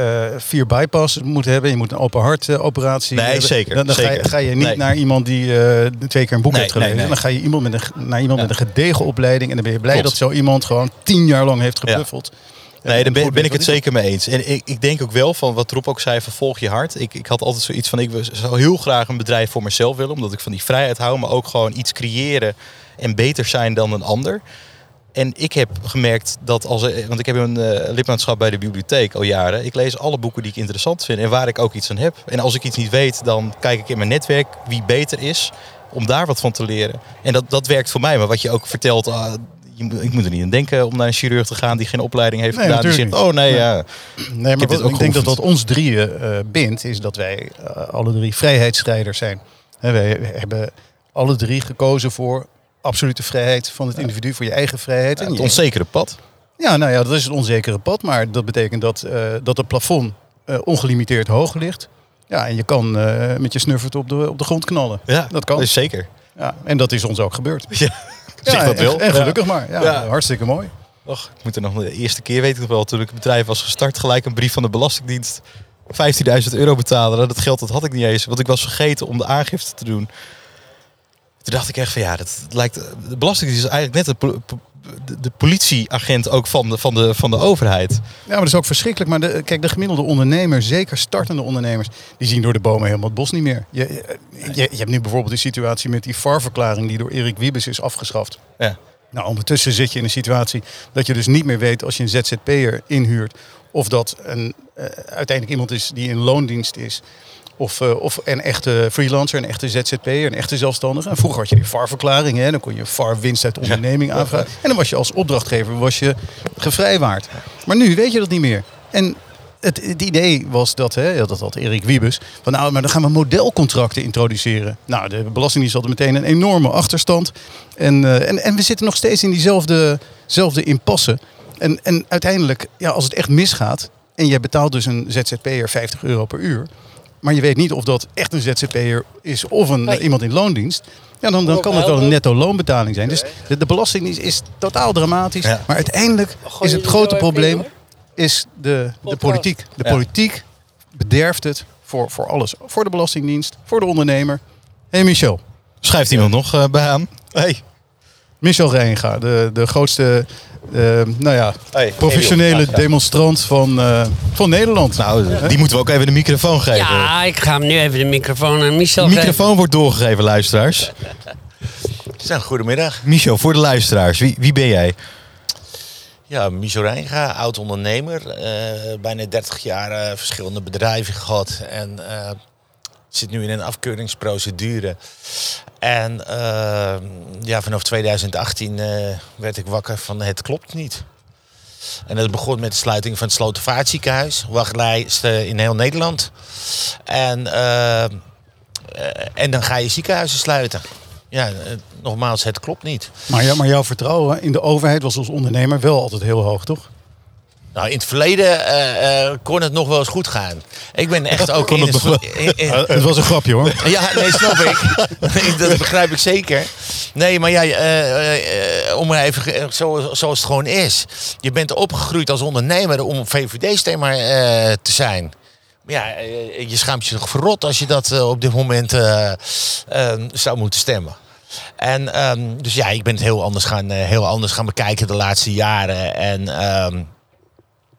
4 bypass moet hebben, je moet een open hart operatie hebben. Zeker. Dan ga je niet naar iemand die 2 keer een boek heeft gelezen. Nee. Dan ga je naar iemand met een gedegen opleiding. En dan ben je blij dat zo iemand gewoon 10 jaar lang heeft gepluffeld. Ja. Nee, daar ben ik het zeker mee eens. En ik denk ook wel van wat Rob ook zei, van volg je hart. Ik had altijd zoiets van, ik zou heel graag een bedrijf voor mezelf willen. Omdat ik van die vrijheid hou, maar ook gewoon iets creëren en beter zijn dan een ander. En ik heb gemerkt dat want ik heb een lidmaatschap bij de bibliotheek al jaren. Ik lees alle boeken die ik interessant vind en waar ik ook iets aan heb. En als ik iets niet weet, dan kijk ik in mijn netwerk wie beter is om daar wat van te leren. En dat werkt voor mij. Maar wat je ook vertelt, ik moet er niet aan denken om naar een chirurg te gaan die geen opleiding heeft gedaan. Die zegt, Nee, maar ik denk dat wat ons drieën bindt, is dat wij alle 3 vrijheidsstrijders zijn. Wij hebben alle 3 gekozen voor absolute vrijheid van het individu, voor je eigen vrijheid. Het onzekere pad. Ja, nou ja, dat is het onzekere pad. Maar dat betekent dat het plafond ongelimiteerd hoog ligt. Ja, en je kan met je snuffert op de grond knallen. Ja, dat kan. Dat is zeker. Ja, en dat is ons ook gebeurd. Ja, zeg dat wel. En gelukkig maar. Ja, hartstikke mooi. Och, ik moet er nog de eerste keer, weet ik nog wel, toen ik het bedrijf was gestart, gelijk een brief van de Belastingdienst. €15.000 betalen. Dat geld had ik niet eens, want ik was vergeten om de aangifte te doen. Toen dacht ik echt van dat lijkt. De Belastingdienst is eigenlijk net de politieagent ook van de overheid. Ja, maar dat is ook verschrikkelijk. Maar kijk, de gemiddelde ondernemer, zeker startende ondernemers, die zien door de bomen helemaal het bos niet meer. Je hebt nu bijvoorbeeld die situatie met die VAR-verklaring die door Erik Wiebes is afgeschaft. Ja. Nou, ondertussen zit je in een situatie dat je dus niet meer weet als je een ZZP'er inhuurt of dat uiteindelijk iemand is die in loondienst is. Of een echte freelancer, een echte ZZP'er, een echte zelfstandige. En vroeger had je die VAR-verklaring, dan kon je VAR-winst uit de onderneming aanvragen. En dan was je als opdrachtgever gevrijwaard. Maar nu weet je dat niet meer. En het idee was dat had Erik Wiebes, van maar dan gaan we modelcontracten introduceren. Nou, de Belastingdienst had meteen een enorme achterstand. En we zitten nog steeds in diezelfde impasse. En uiteindelijk, als het echt misgaat en je betaalt dus een ZZP'er €50 per uur, maar je weet niet of dat echt een ZZP'er is of iemand in loondienst. Ja, dan kan het wel een netto loonbetaling zijn. Dus de Belastingdienst is totaal dramatisch. Ja. Maar uiteindelijk is het grote probleem is de politiek. De politiek bederft het voor alles. Voor de Belastingdienst, voor de ondernemer. Hey Michel. Schrijft iemand nog bij aan? Hey. Michel Reijnga, de grootste professionele demonstrant van Nederland. Nou, die moeten we ook even de microfoon geven. Ja, ik ga hem nu even de microfoon aan Michel geven. De microfoon wordt doorgegeven, luisteraars. Goedemiddag. Michel, voor de luisteraars, wie ben jij? Ja, Michel Reijnga, oud-ondernemer. Bijna 30 jaar verschillende bedrijven gehad. En zit nu in een afkeuringsprocedure. En vanaf 2018 werd ik wakker van het klopt niet. En dat begon met de sluiting van het Slotervaartziekenhuis. Wachtlijsten in heel Nederland. En dan ga je ziekenhuizen sluiten. Ja, nogmaals, het klopt niet. Maar jouw vertrouwen in de overheid was als ondernemer wel altijd heel hoog, toch? Nou, in het verleden kon het nog wel eens goed gaan. Ik ben echt ook het was een grapje, hoor. Ja, nee, snap ik. Dat begrijp ik zeker. Nee, maar om maar even zoals het gewoon is. Je bent opgegroeid als ondernemer om VVD-stemmer te zijn. Ja, je schaamt je toch verrot als je dat op dit moment zou moeten stemmen. En dus ja, ik ben het heel anders gaan bekijken de laatste jaren. En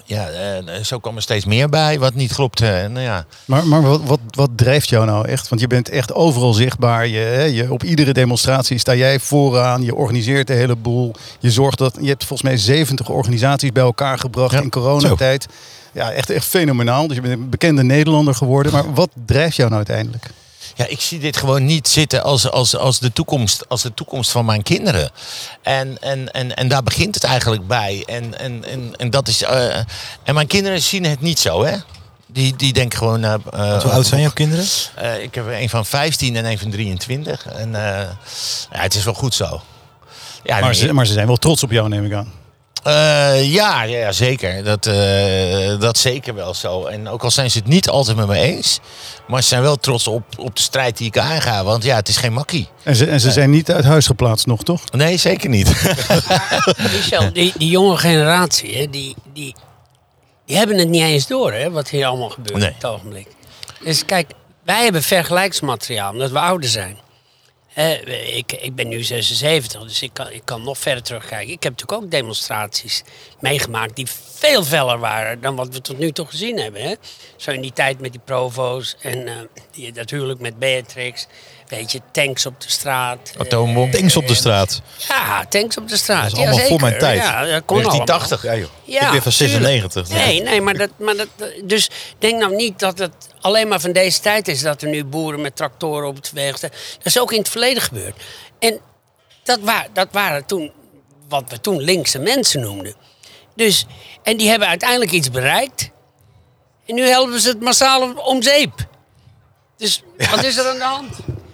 zo kwam er steeds meer bij wat niet klopte. En, ja. Maar wat drijft jou nou echt? Want je bent echt overal zichtbaar. Op iedere demonstratie sta jij vooraan. Je organiseert de hele boel. Je hebt volgens mij 70 organisaties bij elkaar gebracht in coronatijd. Ja, echt fenomenaal. Dus je bent een bekende Nederlander geworden. Maar wat drijft jou nou uiteindelijk? Ja, ik zie dit gewoon niet zitten als de toekomst van mijn kinderen. En daar begint het eigenlijk bij. En dat is. En mijn kinderen zien het niet zo, hè? Die denken gewoon. Hoe oud zijn jouw kinderen? Ik heb een van 15 en een van 23. En het is wel goed zo. Ja, maar ze zijn wel trots op jou, neem ik aan. Ja, zeker. Dat zeker wel zo. En ook al zijn ze het niet altijd met me eens. Maar ze zijn wel trots op de strijd die ik aanga. Want ja, het is geen makkie. En ze zijn niet uit huis geplaatst nog, toch? Nee, zeker niet. Michel, die jonge generatie, hè, die hebben het niet eens door, hè, wat hier allemaal gebeurt op het ogenblik. Dus kijk, wij hebben vergelijksmateriaal, omdat we ouder zijn. Ik ben nu 76, dus ik kan nog verder terugkijken. Ik heb natuurlijk ook demonstraties meegemaakt die veel feller waren dan wat we tot nu toe gezien hebben. Hè? Zo in die tijd met die provo's en dat huwelijk met Beatrix. Weet je, tanks op de straat. Atoombom. Tanks op de straat. Ja, tanks op de straat. Dat is allemaal voor mijn tijd. Ja, dat kon 1980. allemaal. Ja, ik ben van 96. Nee, maar dus denk nou niet dat het alleen maar van deze tijd is dat er nu boeren met tractoren op het weg staan. Dat is ook in het verleden gebeurd. En dat waren toen wat we toen linkse mensen noemden. Dus, en die hebben uiteindelijk iets bereikt. En nu helpen ze het massaal om zeep. Dus wat is er aan de hand?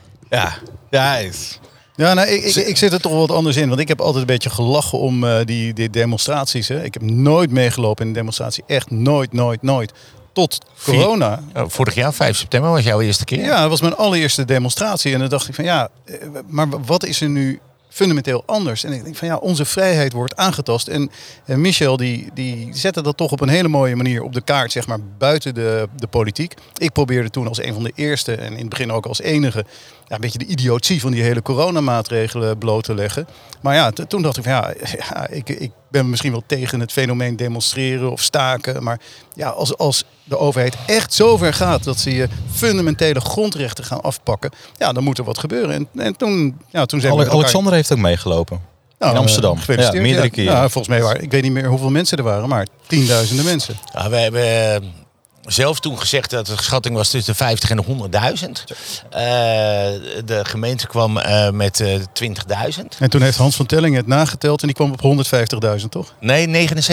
Ja, nou, ik zit er toch wat anders in. Want ik heb altijd een beetje gelachen om die demonstraties. Hè. Ik heb nooit meegelopen in een demonstratie. Echt nooit. Tot corona. Vorig jaar, 5 september, was jouw eerste keer? Ja, dat was mijn allereerste demonstratie. En dan dacht ik van maar wat is er nu fundamenteel anders? En ik denk van onze vrijheid wordt aangetast. En Michel die zette dat toch op een hele mooie manier op de kaart, zeg maar, buiten de politiek. Ik probeerde toen als een van de eerste en in het begin ook als enige een beetje de idiotie van die hele coronamaatregelen bloot te leggen. Maar toen dacht ik van ik ben misschien wel tegen het fenomeen demonstreren of staken. Maar als de overheid echt zover gaat dat ze je fundamentele grondrechten gaan afpakken, dan moet er wat gebeuren. En toen zijn we Alexander heeft ook meegelopen. In Amsterdam. Meerdere keren. Ja, volgens mij ik weet niet meer hoeveel mensen er waren, maar 10.000 mensen. Ja, we hebben zelf toen gezegd dat de schatting was tussen de 50 en de 100.000. De gemeente kwam met 20.000. En toen heeft Hans van Tellingen het nageteld en die kwam op 150.000, toch? Nee, 79.000.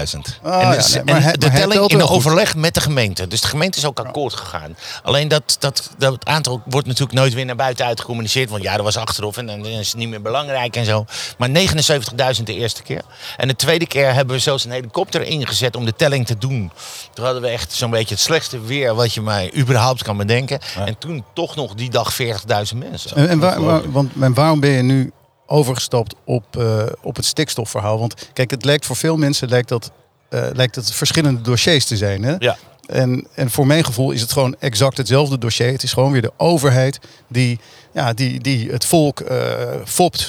De telling in overleg met de gemeente. Dus de gemeente is ook akkoord gegaan. Alleen dat aantal wordt natuurlijk nooit weer naar buiten uitgecommuniceerd. Want er was achteraf en dan is het niet meer belangrijk en zo. Maar 79.000 de eerste keer. En de tweede keer hebben we zelfs een helikopter ingezet om de telling te doen. Toen hadden we echt zo'n beetje het slechtste weer wat je mij überhaupt kan bedenken. Ja. En toen toch nog die dag 40.000 mensen. En waarom ben je nu overgestapt op het stikstofverhaal? Want kijk, het lijkt voor veel mensen lijkt het verschillende dossiers te zijn. Hè? Ja. En voor mijn gevoel is het gewoon exact hetzelfde dossier. Het is gewoon weer de overheid die het volk fopt,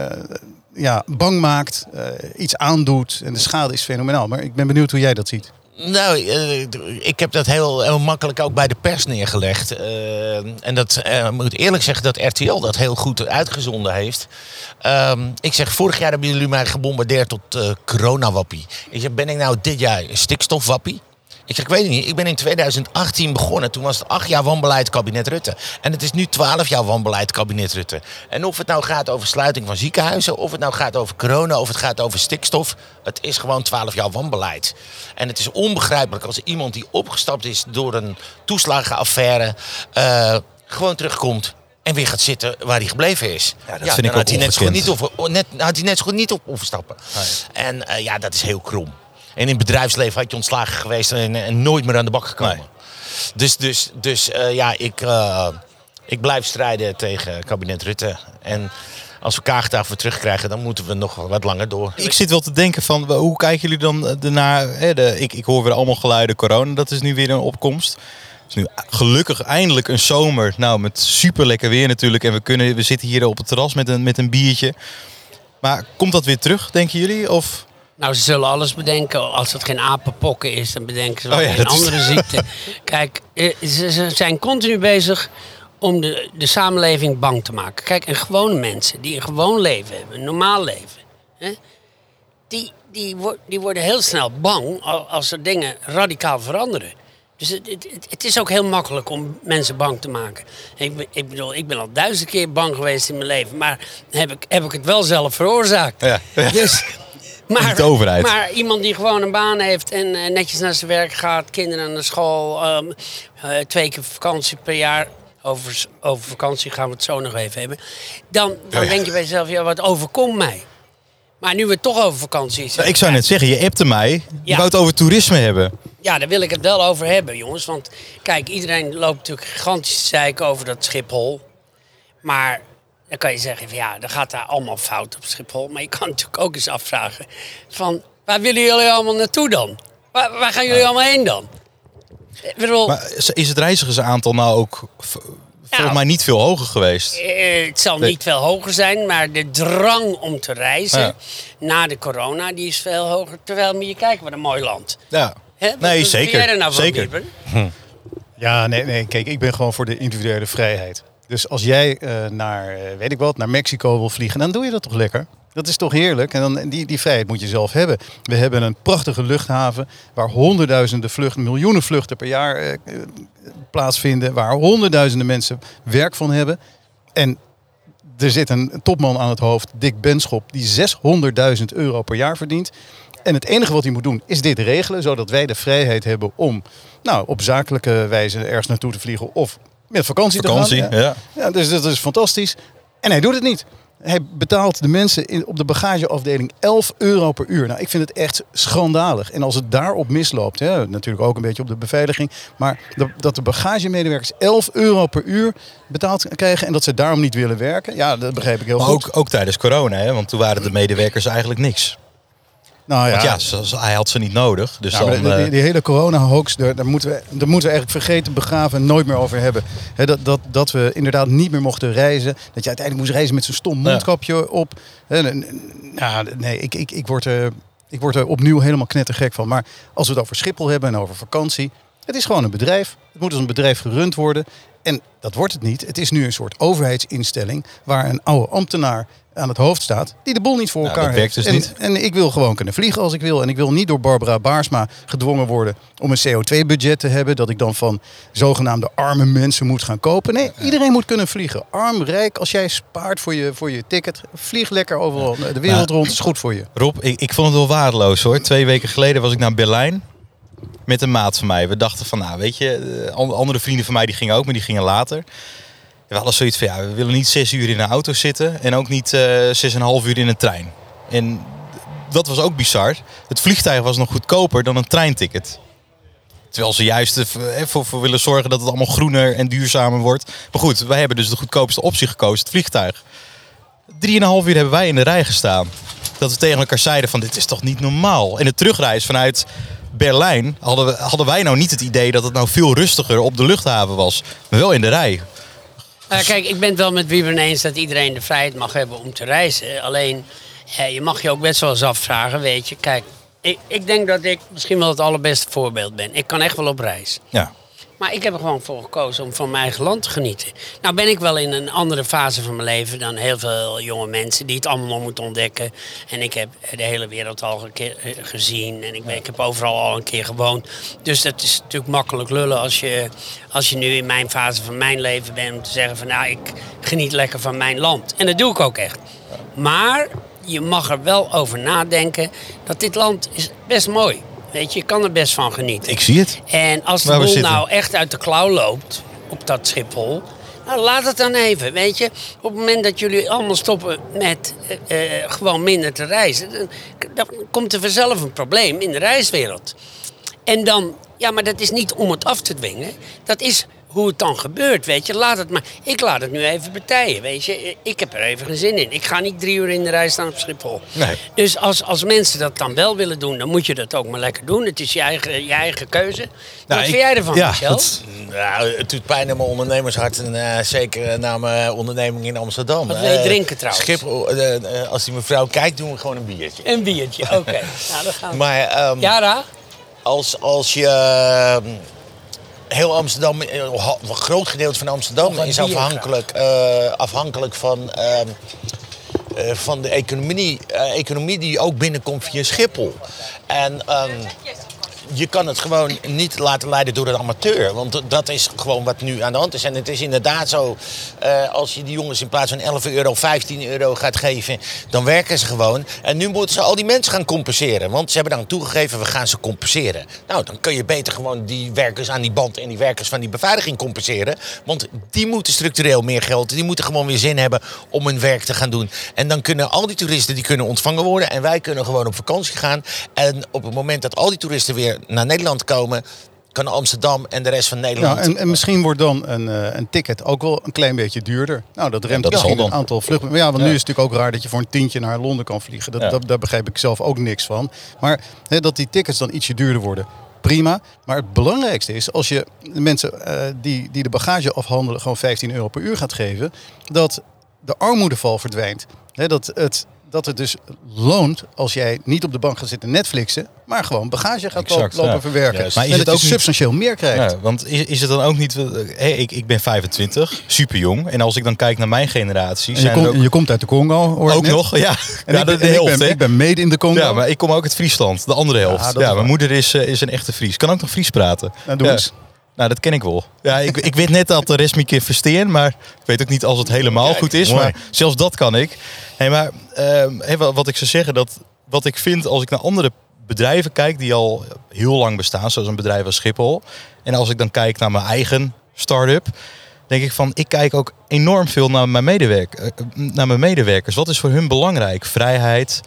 bang maakt, iets aandoet. En de schade is fenomenaal. Maar ik ben benieuwd hoe jij dat ziet. Nou, ik heb dat heel makkelijk ook bij de pers neergelegd. En dat moet eerlijk zeggen dat RTL dat heel goed uitgezonden heeft. Ik zeg, vorig jaar hebben jullie mij gebombardeerd tot coronawappie. Ik zeg, ben ik nou dit jaar stikstofwappie? Ik zeg, ik weet het niet. Ik ben in 2018 begonnen. Toen was het 8 jaar wanbeleid kabinet Rutte. En het is nu 12 jaar wanbeleid kabinet Rutte. En of het nou gaat over sluiting van ziekenhuizen, of het nou gaat over corona, of het gaat over stikstof. Het is gewoon 12 jaar wanbeleid. En het is onbegrijpelijk als iemand die opgestapt is door een toeslagenaffaire gewoon terugkomt en weer gaat zitten waar hij gebleven is. Ja, dat vind ik ook had hij net zo goed niet op hoeven stappen. Nee. En dat is heel krom. En in het bedrijfsleven had je ontslagen geweest en nooit meer aan de bak gekomen. Nee. Ik blijf strijden tegen kabinet Rutte. En als we Kaag voor terugkrijgen, dan moeten we nog wat langer door. Ik zit wel te denken van, hoe kijken jullie dan ernaar? Ik hoor weer allemaal geluiden, corona, dat is nu weer een opkomst. Het is nu gelukkig eindelijk een zomer. Nou, met super lekker weer natuurlijk. En we zitten hier op het terras met een biertje. Maar komt dat weer terug, denken jullie? Of Nou, ze zullen alles bedenken. Als het geen apenpokken is, dan bedenken ze wel een andere ziekte. Kijk, ze zijn continu bezig om de samenleving bang te maken. Kijk, en gewone mensen die een gewoon leven hebben, een normaal leven... Hè, die worden heel snel bang als er dingen radicaal veranderen. Dus het is ook heel makkelijk om mensen bang te maken. Ik bedoel, ik ben al 1000 keer bang geweest in mijn leven. Maar heb ik het wel zelf veroorzaakt. Ja. Dus, Niet de overheid. Maar iemand die gewoon een baan heeft en netjes naar zijn werk gaat. Kinderen naar school. 2 keer vakantie per jaar. Over vakantie gaan we het zo nog even hebben. Dan denk je bij jezelf, wat overkomt mij? Maar nu we het toch over vakantie zijn. Ik zou net zeggen, je appte mij. Je wou het over toerisme hebben. Ja, daar wil ik het wel over hebben, jongens. Want kijk, iedereen loopt natuurlijk gigantisch te zeiken over dat Schiphol. Maar dan kan je zeggen, dan gaat daar allemaal fout op Schiphol. Maar je kan natuurlijk ook eens afvragen van, waar willen jullie allemaal naartoe dan? Waar gaan jullie allemaal heen dan? Maar is het reizigersaantal nou ook... Volgens mij niet veel hoger geweest. Het zal niet veel hoger zijn, maar de drang om te reizen na de corona, die is veel hoger. Terwijl, moet je kijken, wat een mooi land. Ja, zeker. Zeker. Ja, nee, kijk, ik ben gewoon voor de individuele vrijheid. Dus als jij naar Mexico wil vliegen, dan doe je dat toch lekker? Dat is toch heerlijk? En dan, die vrijheid moet je zelf hebben. We hebben een prachtige luchthaven waar honderdduizenden vluchten, miljoenen vluchten per jaar plaatsvinden. Waar honderdduizenden mensen werk van hebben. En er zit een topman aan het hoofd, Dick Benschop, die €600.000 per jaar verdient. En het enige wat hij moet doen is dit regelen, zodat wij de vrijheid hebben om op zakelijke wijze ergens naartoe te vliegen of met vakantie te gaan. Ja, dus dat is fantastisch. En hij doet het niet. Hij betaalt de mensen op de bagageafdeling €11 per uur. Nou, ik vind het echt schandalig. En als het daarop misloopt, natuurlijk ook een beetje op de beveiliging, maar dat de bagagemedewerkers €11 per uur betaald krijgen en dat ze daarom niet willen werken, dat begrijp ik heel goed. Maar ook tijdens corona, want toen waren de medewerkers eigenlijk niks. Nou ja, want hij had ze niet nodig. Dus die hele corona-hoax, daar moeten we eigenlijk vergeten, begraven en nooit meer over hebben. Dat we inderdaad niet meer mochten reizen. Dat je uiteindelijk moest reizen met zo'n stom mondkapje op. Nee, ik word er opnieuw helemaal knettergek van. Maar als we het over Schiphol hebben en over vakantie, het is gewoon een bedrijf. Het moet als een bedrijf gerund worden. En dat wordt het niet. Het is nu een soort overheidsinstelling waar een oude ambtenaar aan het hoofd staat, die de boel niet voor elkaar heeft. Dus niet. En ik wil gewoon kunnen vliegen als ik wil. En ik wil niet door Barbara Baarsma gedwongen worden om een CO2-budget te hebben, dat ik dan van zogenaamde arme mensen moet gaan kopen. Nee, iedereen moet kunnen vliegen. Arm, rijk, als jij spaart voor je ticket, vlieg lekker overal de wereld rond, is goed voor je. Rob, ik vond het wel waardeloos hoor. 2 weken geleden was ik naar Berlijn met een maat van mij. We dachten van, andere vrienden van mij die gingen ook, maar die gingen later. We hadden zoiets van, we willen niet 6 uur in een auto zitten en ook niet 6,5 uur in een trein. En dat was ook bizar. Het vliegtuig was nog goedkoper dan een treinticket. Terwijl ze juist voor willen zorgen dat het allemaal groener en duurzamer wordt. Maar goed, wij hebben dus de goedkoopste optie gekozen, het vliegtuig. 3,5 uur hebben wij in de rij gestaan. Dat we tegen elkaar zeiden van, dit is toch niet normaal. En de terugreis vanuit Berlijn hadden wij nou niet het idee dat het nou veel rustiger op de luchthaven was. Maar wel in de rij. Kijk, ik ben het wel met Wiebren eens dat iedereen de vrijheid mag hebben om te reizen. Alleen, je mag je ook best wel eens afvragen, weet je. Kijk, ik denk dat ik misschien wel het allerbeste voorbeeld ben. Ik kan echt wel op reis. Ja. Maar ik heb er gewoon voor gekozen om van mijn eigen land te genieten. Nou ben ik wel in een andere fase van mijn leven dan heel veel jonge mensen die het allemaal nog moeten ontdekken. En ik heb de hele wereld al een keer gezien en ik heb overal al een keer gewoond. Dus dat is natuurlijk makkelijk lullen als je nu in mijn fase van mijn leven bent om te zeggen van ik geniet lekker van mijn land. En dat doe ik ook echt. Maar je mag er wel over nadenken dat dit land is best mooi. Weet je kan er best van genieten. Ik zie het. En als de boel nou echt uit de klauw loopt op dat Schiphol, nou laat het dan even, weet je. Op het moment dat jullie allemaal stoppen met gewoon minder te reizen, dan komt er vanzelf een probleem in de reiswereld. En dan, maar dat is niet om het af te dwingen. Dat is hoe het dan gebeurt, weet je. Ik laat het nu even betijen, weet je. Ik heb er even geen zin in. Ik ga niet 3 uur in de rij staan op Schiphol. Nee. Dus als mensen dat dan wel willen doen, dan moet je dat ook maar lekker doen. Het is je eigen keuze. Wat vind jij ervan, Michel? Nou, het doet pijn aan mijn ondernemershart. En zeker naar mijn onderneming in Amsterdam. Wat wil je drinken trouwens? Schiphol, als die mevrouw kijkt, doen we gewoon een biertje. Een biertje, oké. Nou, dan gaan we. Maar Ra? als je... heel Amsterdam, een groot gedeelte van Amsterdam is afhankelijk van de economie die ook binnenkomt via Schiphol. En je kan het gewoon niet laten leiden door een amateur. Want dat is gewoon wat nu aan de hand is. En het is inderdaad zo, als je die jongens in plaats van 11 euro, 15 euro gaat geven, dan werken ze gewoon. En nu moeten ze al die mensen gaan compenseren. Want ze hebben dan toegegeven, we gaan ze compenseren. Nou, dan kun je beter gewoon die werkers aan die band en die werkers van die beveiliging compenseren. Want die moeten structureel meer geld, die moeten gewoon weer zin hebben om hun werk te gaan doen. En dan kunnen al die toeristen die kunnen ontvangen worden. En wij kunnen gewoon op vakantie gaan. En op het moment dat al die toeristen weer naar Nederland komen, kan Amsterdam en de rest van Nederland... Ja, en misschien wordt dan een ticket ook wel een klein beetje duurder. Nou, dat remt misschien een aantal vluchten. Maar ja, want nu is het natuurlijk ook raar dat je voor een tientje naar Londen kan vliegen. Daar begrijp ik zelf ook niks van. Maar dat die tickets dan ietsje duurder worden, prima. Maar het belangrijkste is, als je de mensen die de bagage afhandelen gewoon 15 euro per uur gaat geven, dat de armoedeval verdwijnt. Dat het dus loont als jij niet op de bank gaat zitten Netflixen, maar gewoon bagage gaat lopen verwerken. Juist. Maar en dat je substantieel meer krijgt. Ja, want is het dan ook niet... Ik ben 25, super jong. En als ik dan kijk naar mijn generatie... Je komt uit de Congo, hoor ook nog, ja. Ik ben mede in de Congo. Ja, maar ik kom ook uit Friesland, de andere helft. Ja, mijn moeder is een echte Fries. Kan ook nog Fries praten. Nou, doe eens. Nou, dat ken ik wel. Ja, ik weet net dat de rest me verstehen, maar ik weet ook niet als het helemaal goed is. Mooi. Maar zelfs dat kan ik. Maar wat ik zou zeggen, wat ik vind als ik naar andere bedrijven kijk die al heel lang bestaan, zoals een bedrijf als Schiphol. En als ik dan kijk naar mijn eigen start-up, denk ik van, ik kijk ook enorm veel naar mijn medewerkers. Wat is voor hun belangrijk? Vrijheid.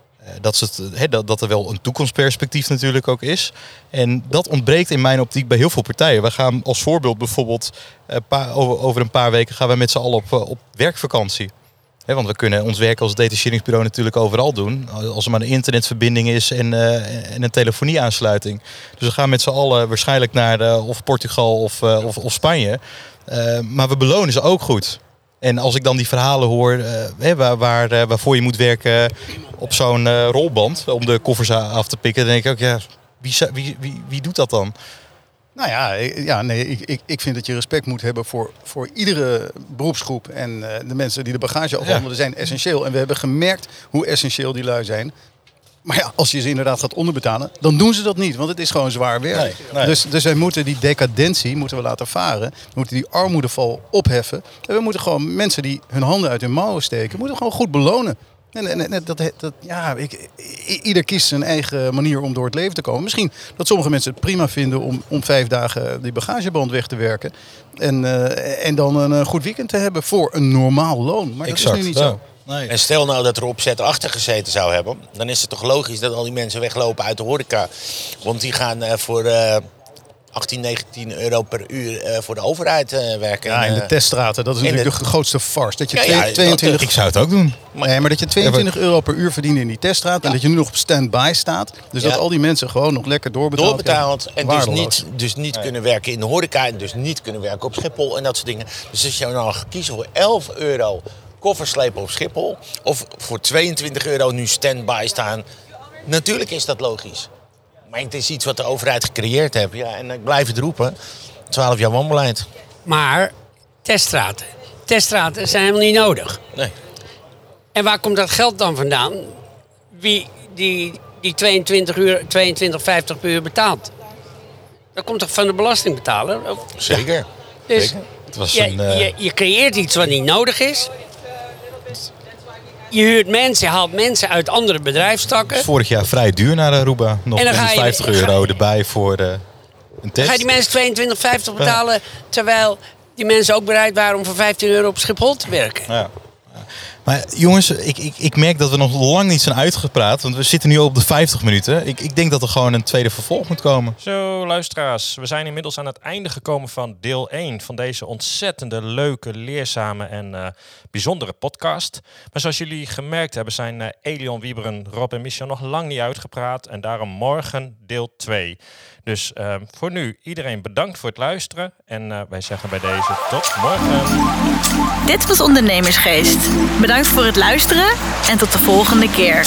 Dat er wel een toekomstperspectief natuurlijk ook is. En dat ontbreekt in mijn optiek bij heel veel partijen. We gaan als voorbeeld bijvoorbeeld over een paar weken gaan we met z'n allen op werkvakantie. Want we kunnen ons werk als detacheringsbureau natuurlijk overal doen. Als er maar een internetverbinding is en een telefonieaansluiting. Dus we gaan met z'n allen waarschijnlijk naar of Portugal of Spanje. Maar we belonen ze ook goed. En als ik dan die verhalen hoor waarvoor je moet werken op zo'n rolband om de koffers af te pikken, dan denk ik ook, ja, wie doet dat dan? Nou ik vind dat je respect moet hebben voor iedere beroepsgroep. En de mensen die de bagage afhandelen zijn essentieel. En we hebben gemerkt hoe essentieel die lui zijn. Maar ja, als je ze inderdaad gaat onderbetalen, dan doen ze dat niet. Want het is gewoon zwaar werk. Nee. Dus wij moeten die decadentie laten varen. We moeten die armoedeval opheffen. En we moeten gewoon mensen die hun handen uit hun mouwen steken, moeten gewoon goed belonen. Ieder kiest zijn eigen manier om door het leven te komen. Misschien dat sommige mensen het prima vinden om 5 dagen die bagageband weg te werken. En dan een goed weekend te hebben voor een normaal loon. Maar dat is nu niet zo. Nee. En stel nou dat er opzet achter gezeten zou hebben, dan is het toch logisch dat al die mensen weglopen uit de horeca. Want die gaan voor 18, 19 euro per uur voor de overheid werken. Ja, in de teststraten, dat is natuurlijk de grootste farce. Dat je 22... Ik zou het ook doen. Maar dat je 22 euro per uur verdient in die teststraat en dat je nu nog op stand-by staat. Dus dat al die mensen gewoon nog lekker doorbetaald en dus niet kunnen werken in de horeca en dus niet kunnen werken op Schiphol en dat soort dingen. Dus als je nou gaat kiezen voor 11 euro koffers slepen op Schiphol of voor 22 euro nu stand-by staan, natuurlijk is dat logisch. Maar het is iets wat de overheid gecreëerd heeft. Ja, en ik blijf het roepen. 12 jaar wanbeleid. Maar teststraten. Teststraten zijn helemaal niet nodig. Nee. En waar komt dat geld dan vandaan? Wie die 22,50 per uur betaalt? Dat komt toch van de belastingbetaler? Zeker. Ja. Dus Zeker. Het was je creëert iets wat niet nodig is. Je huurt mensen, je haalt mensen uit andere bedrijfstakken. Vorig jaar vrij duur naar Aruba. Nog 50 euro erbij voor een test. Ga je die mensen 22,50 betalen, terwijl die mensen ook bereid waren om voor 15 euro op Schiphol te werken? Ja. Maar jongens, ik merk dat we nog lang niet zijn uitgepraat. Want we zitten nu op de 50 minuten. Ik denk dat er gewoon een tweede vervolg moet komen. Zo, luisteraars. We zijn inmiddels aan het einde gekomen van deel 1 van deze ontzettende leuke, leerzame en bijzondere podcast. Maar zoals jullie gemerkt hebben zijn Elion, Wieberen, Rob en Michel nog lang niet uitgepraat. En daarom morgen deel 2. Dus voor nu, iedereen bedankt voor het luisteren. En wij zeggen bij deze tot morgen. Dit was Ondernemersgeest. Bedankt voor het luisteren en tot de volgende keer.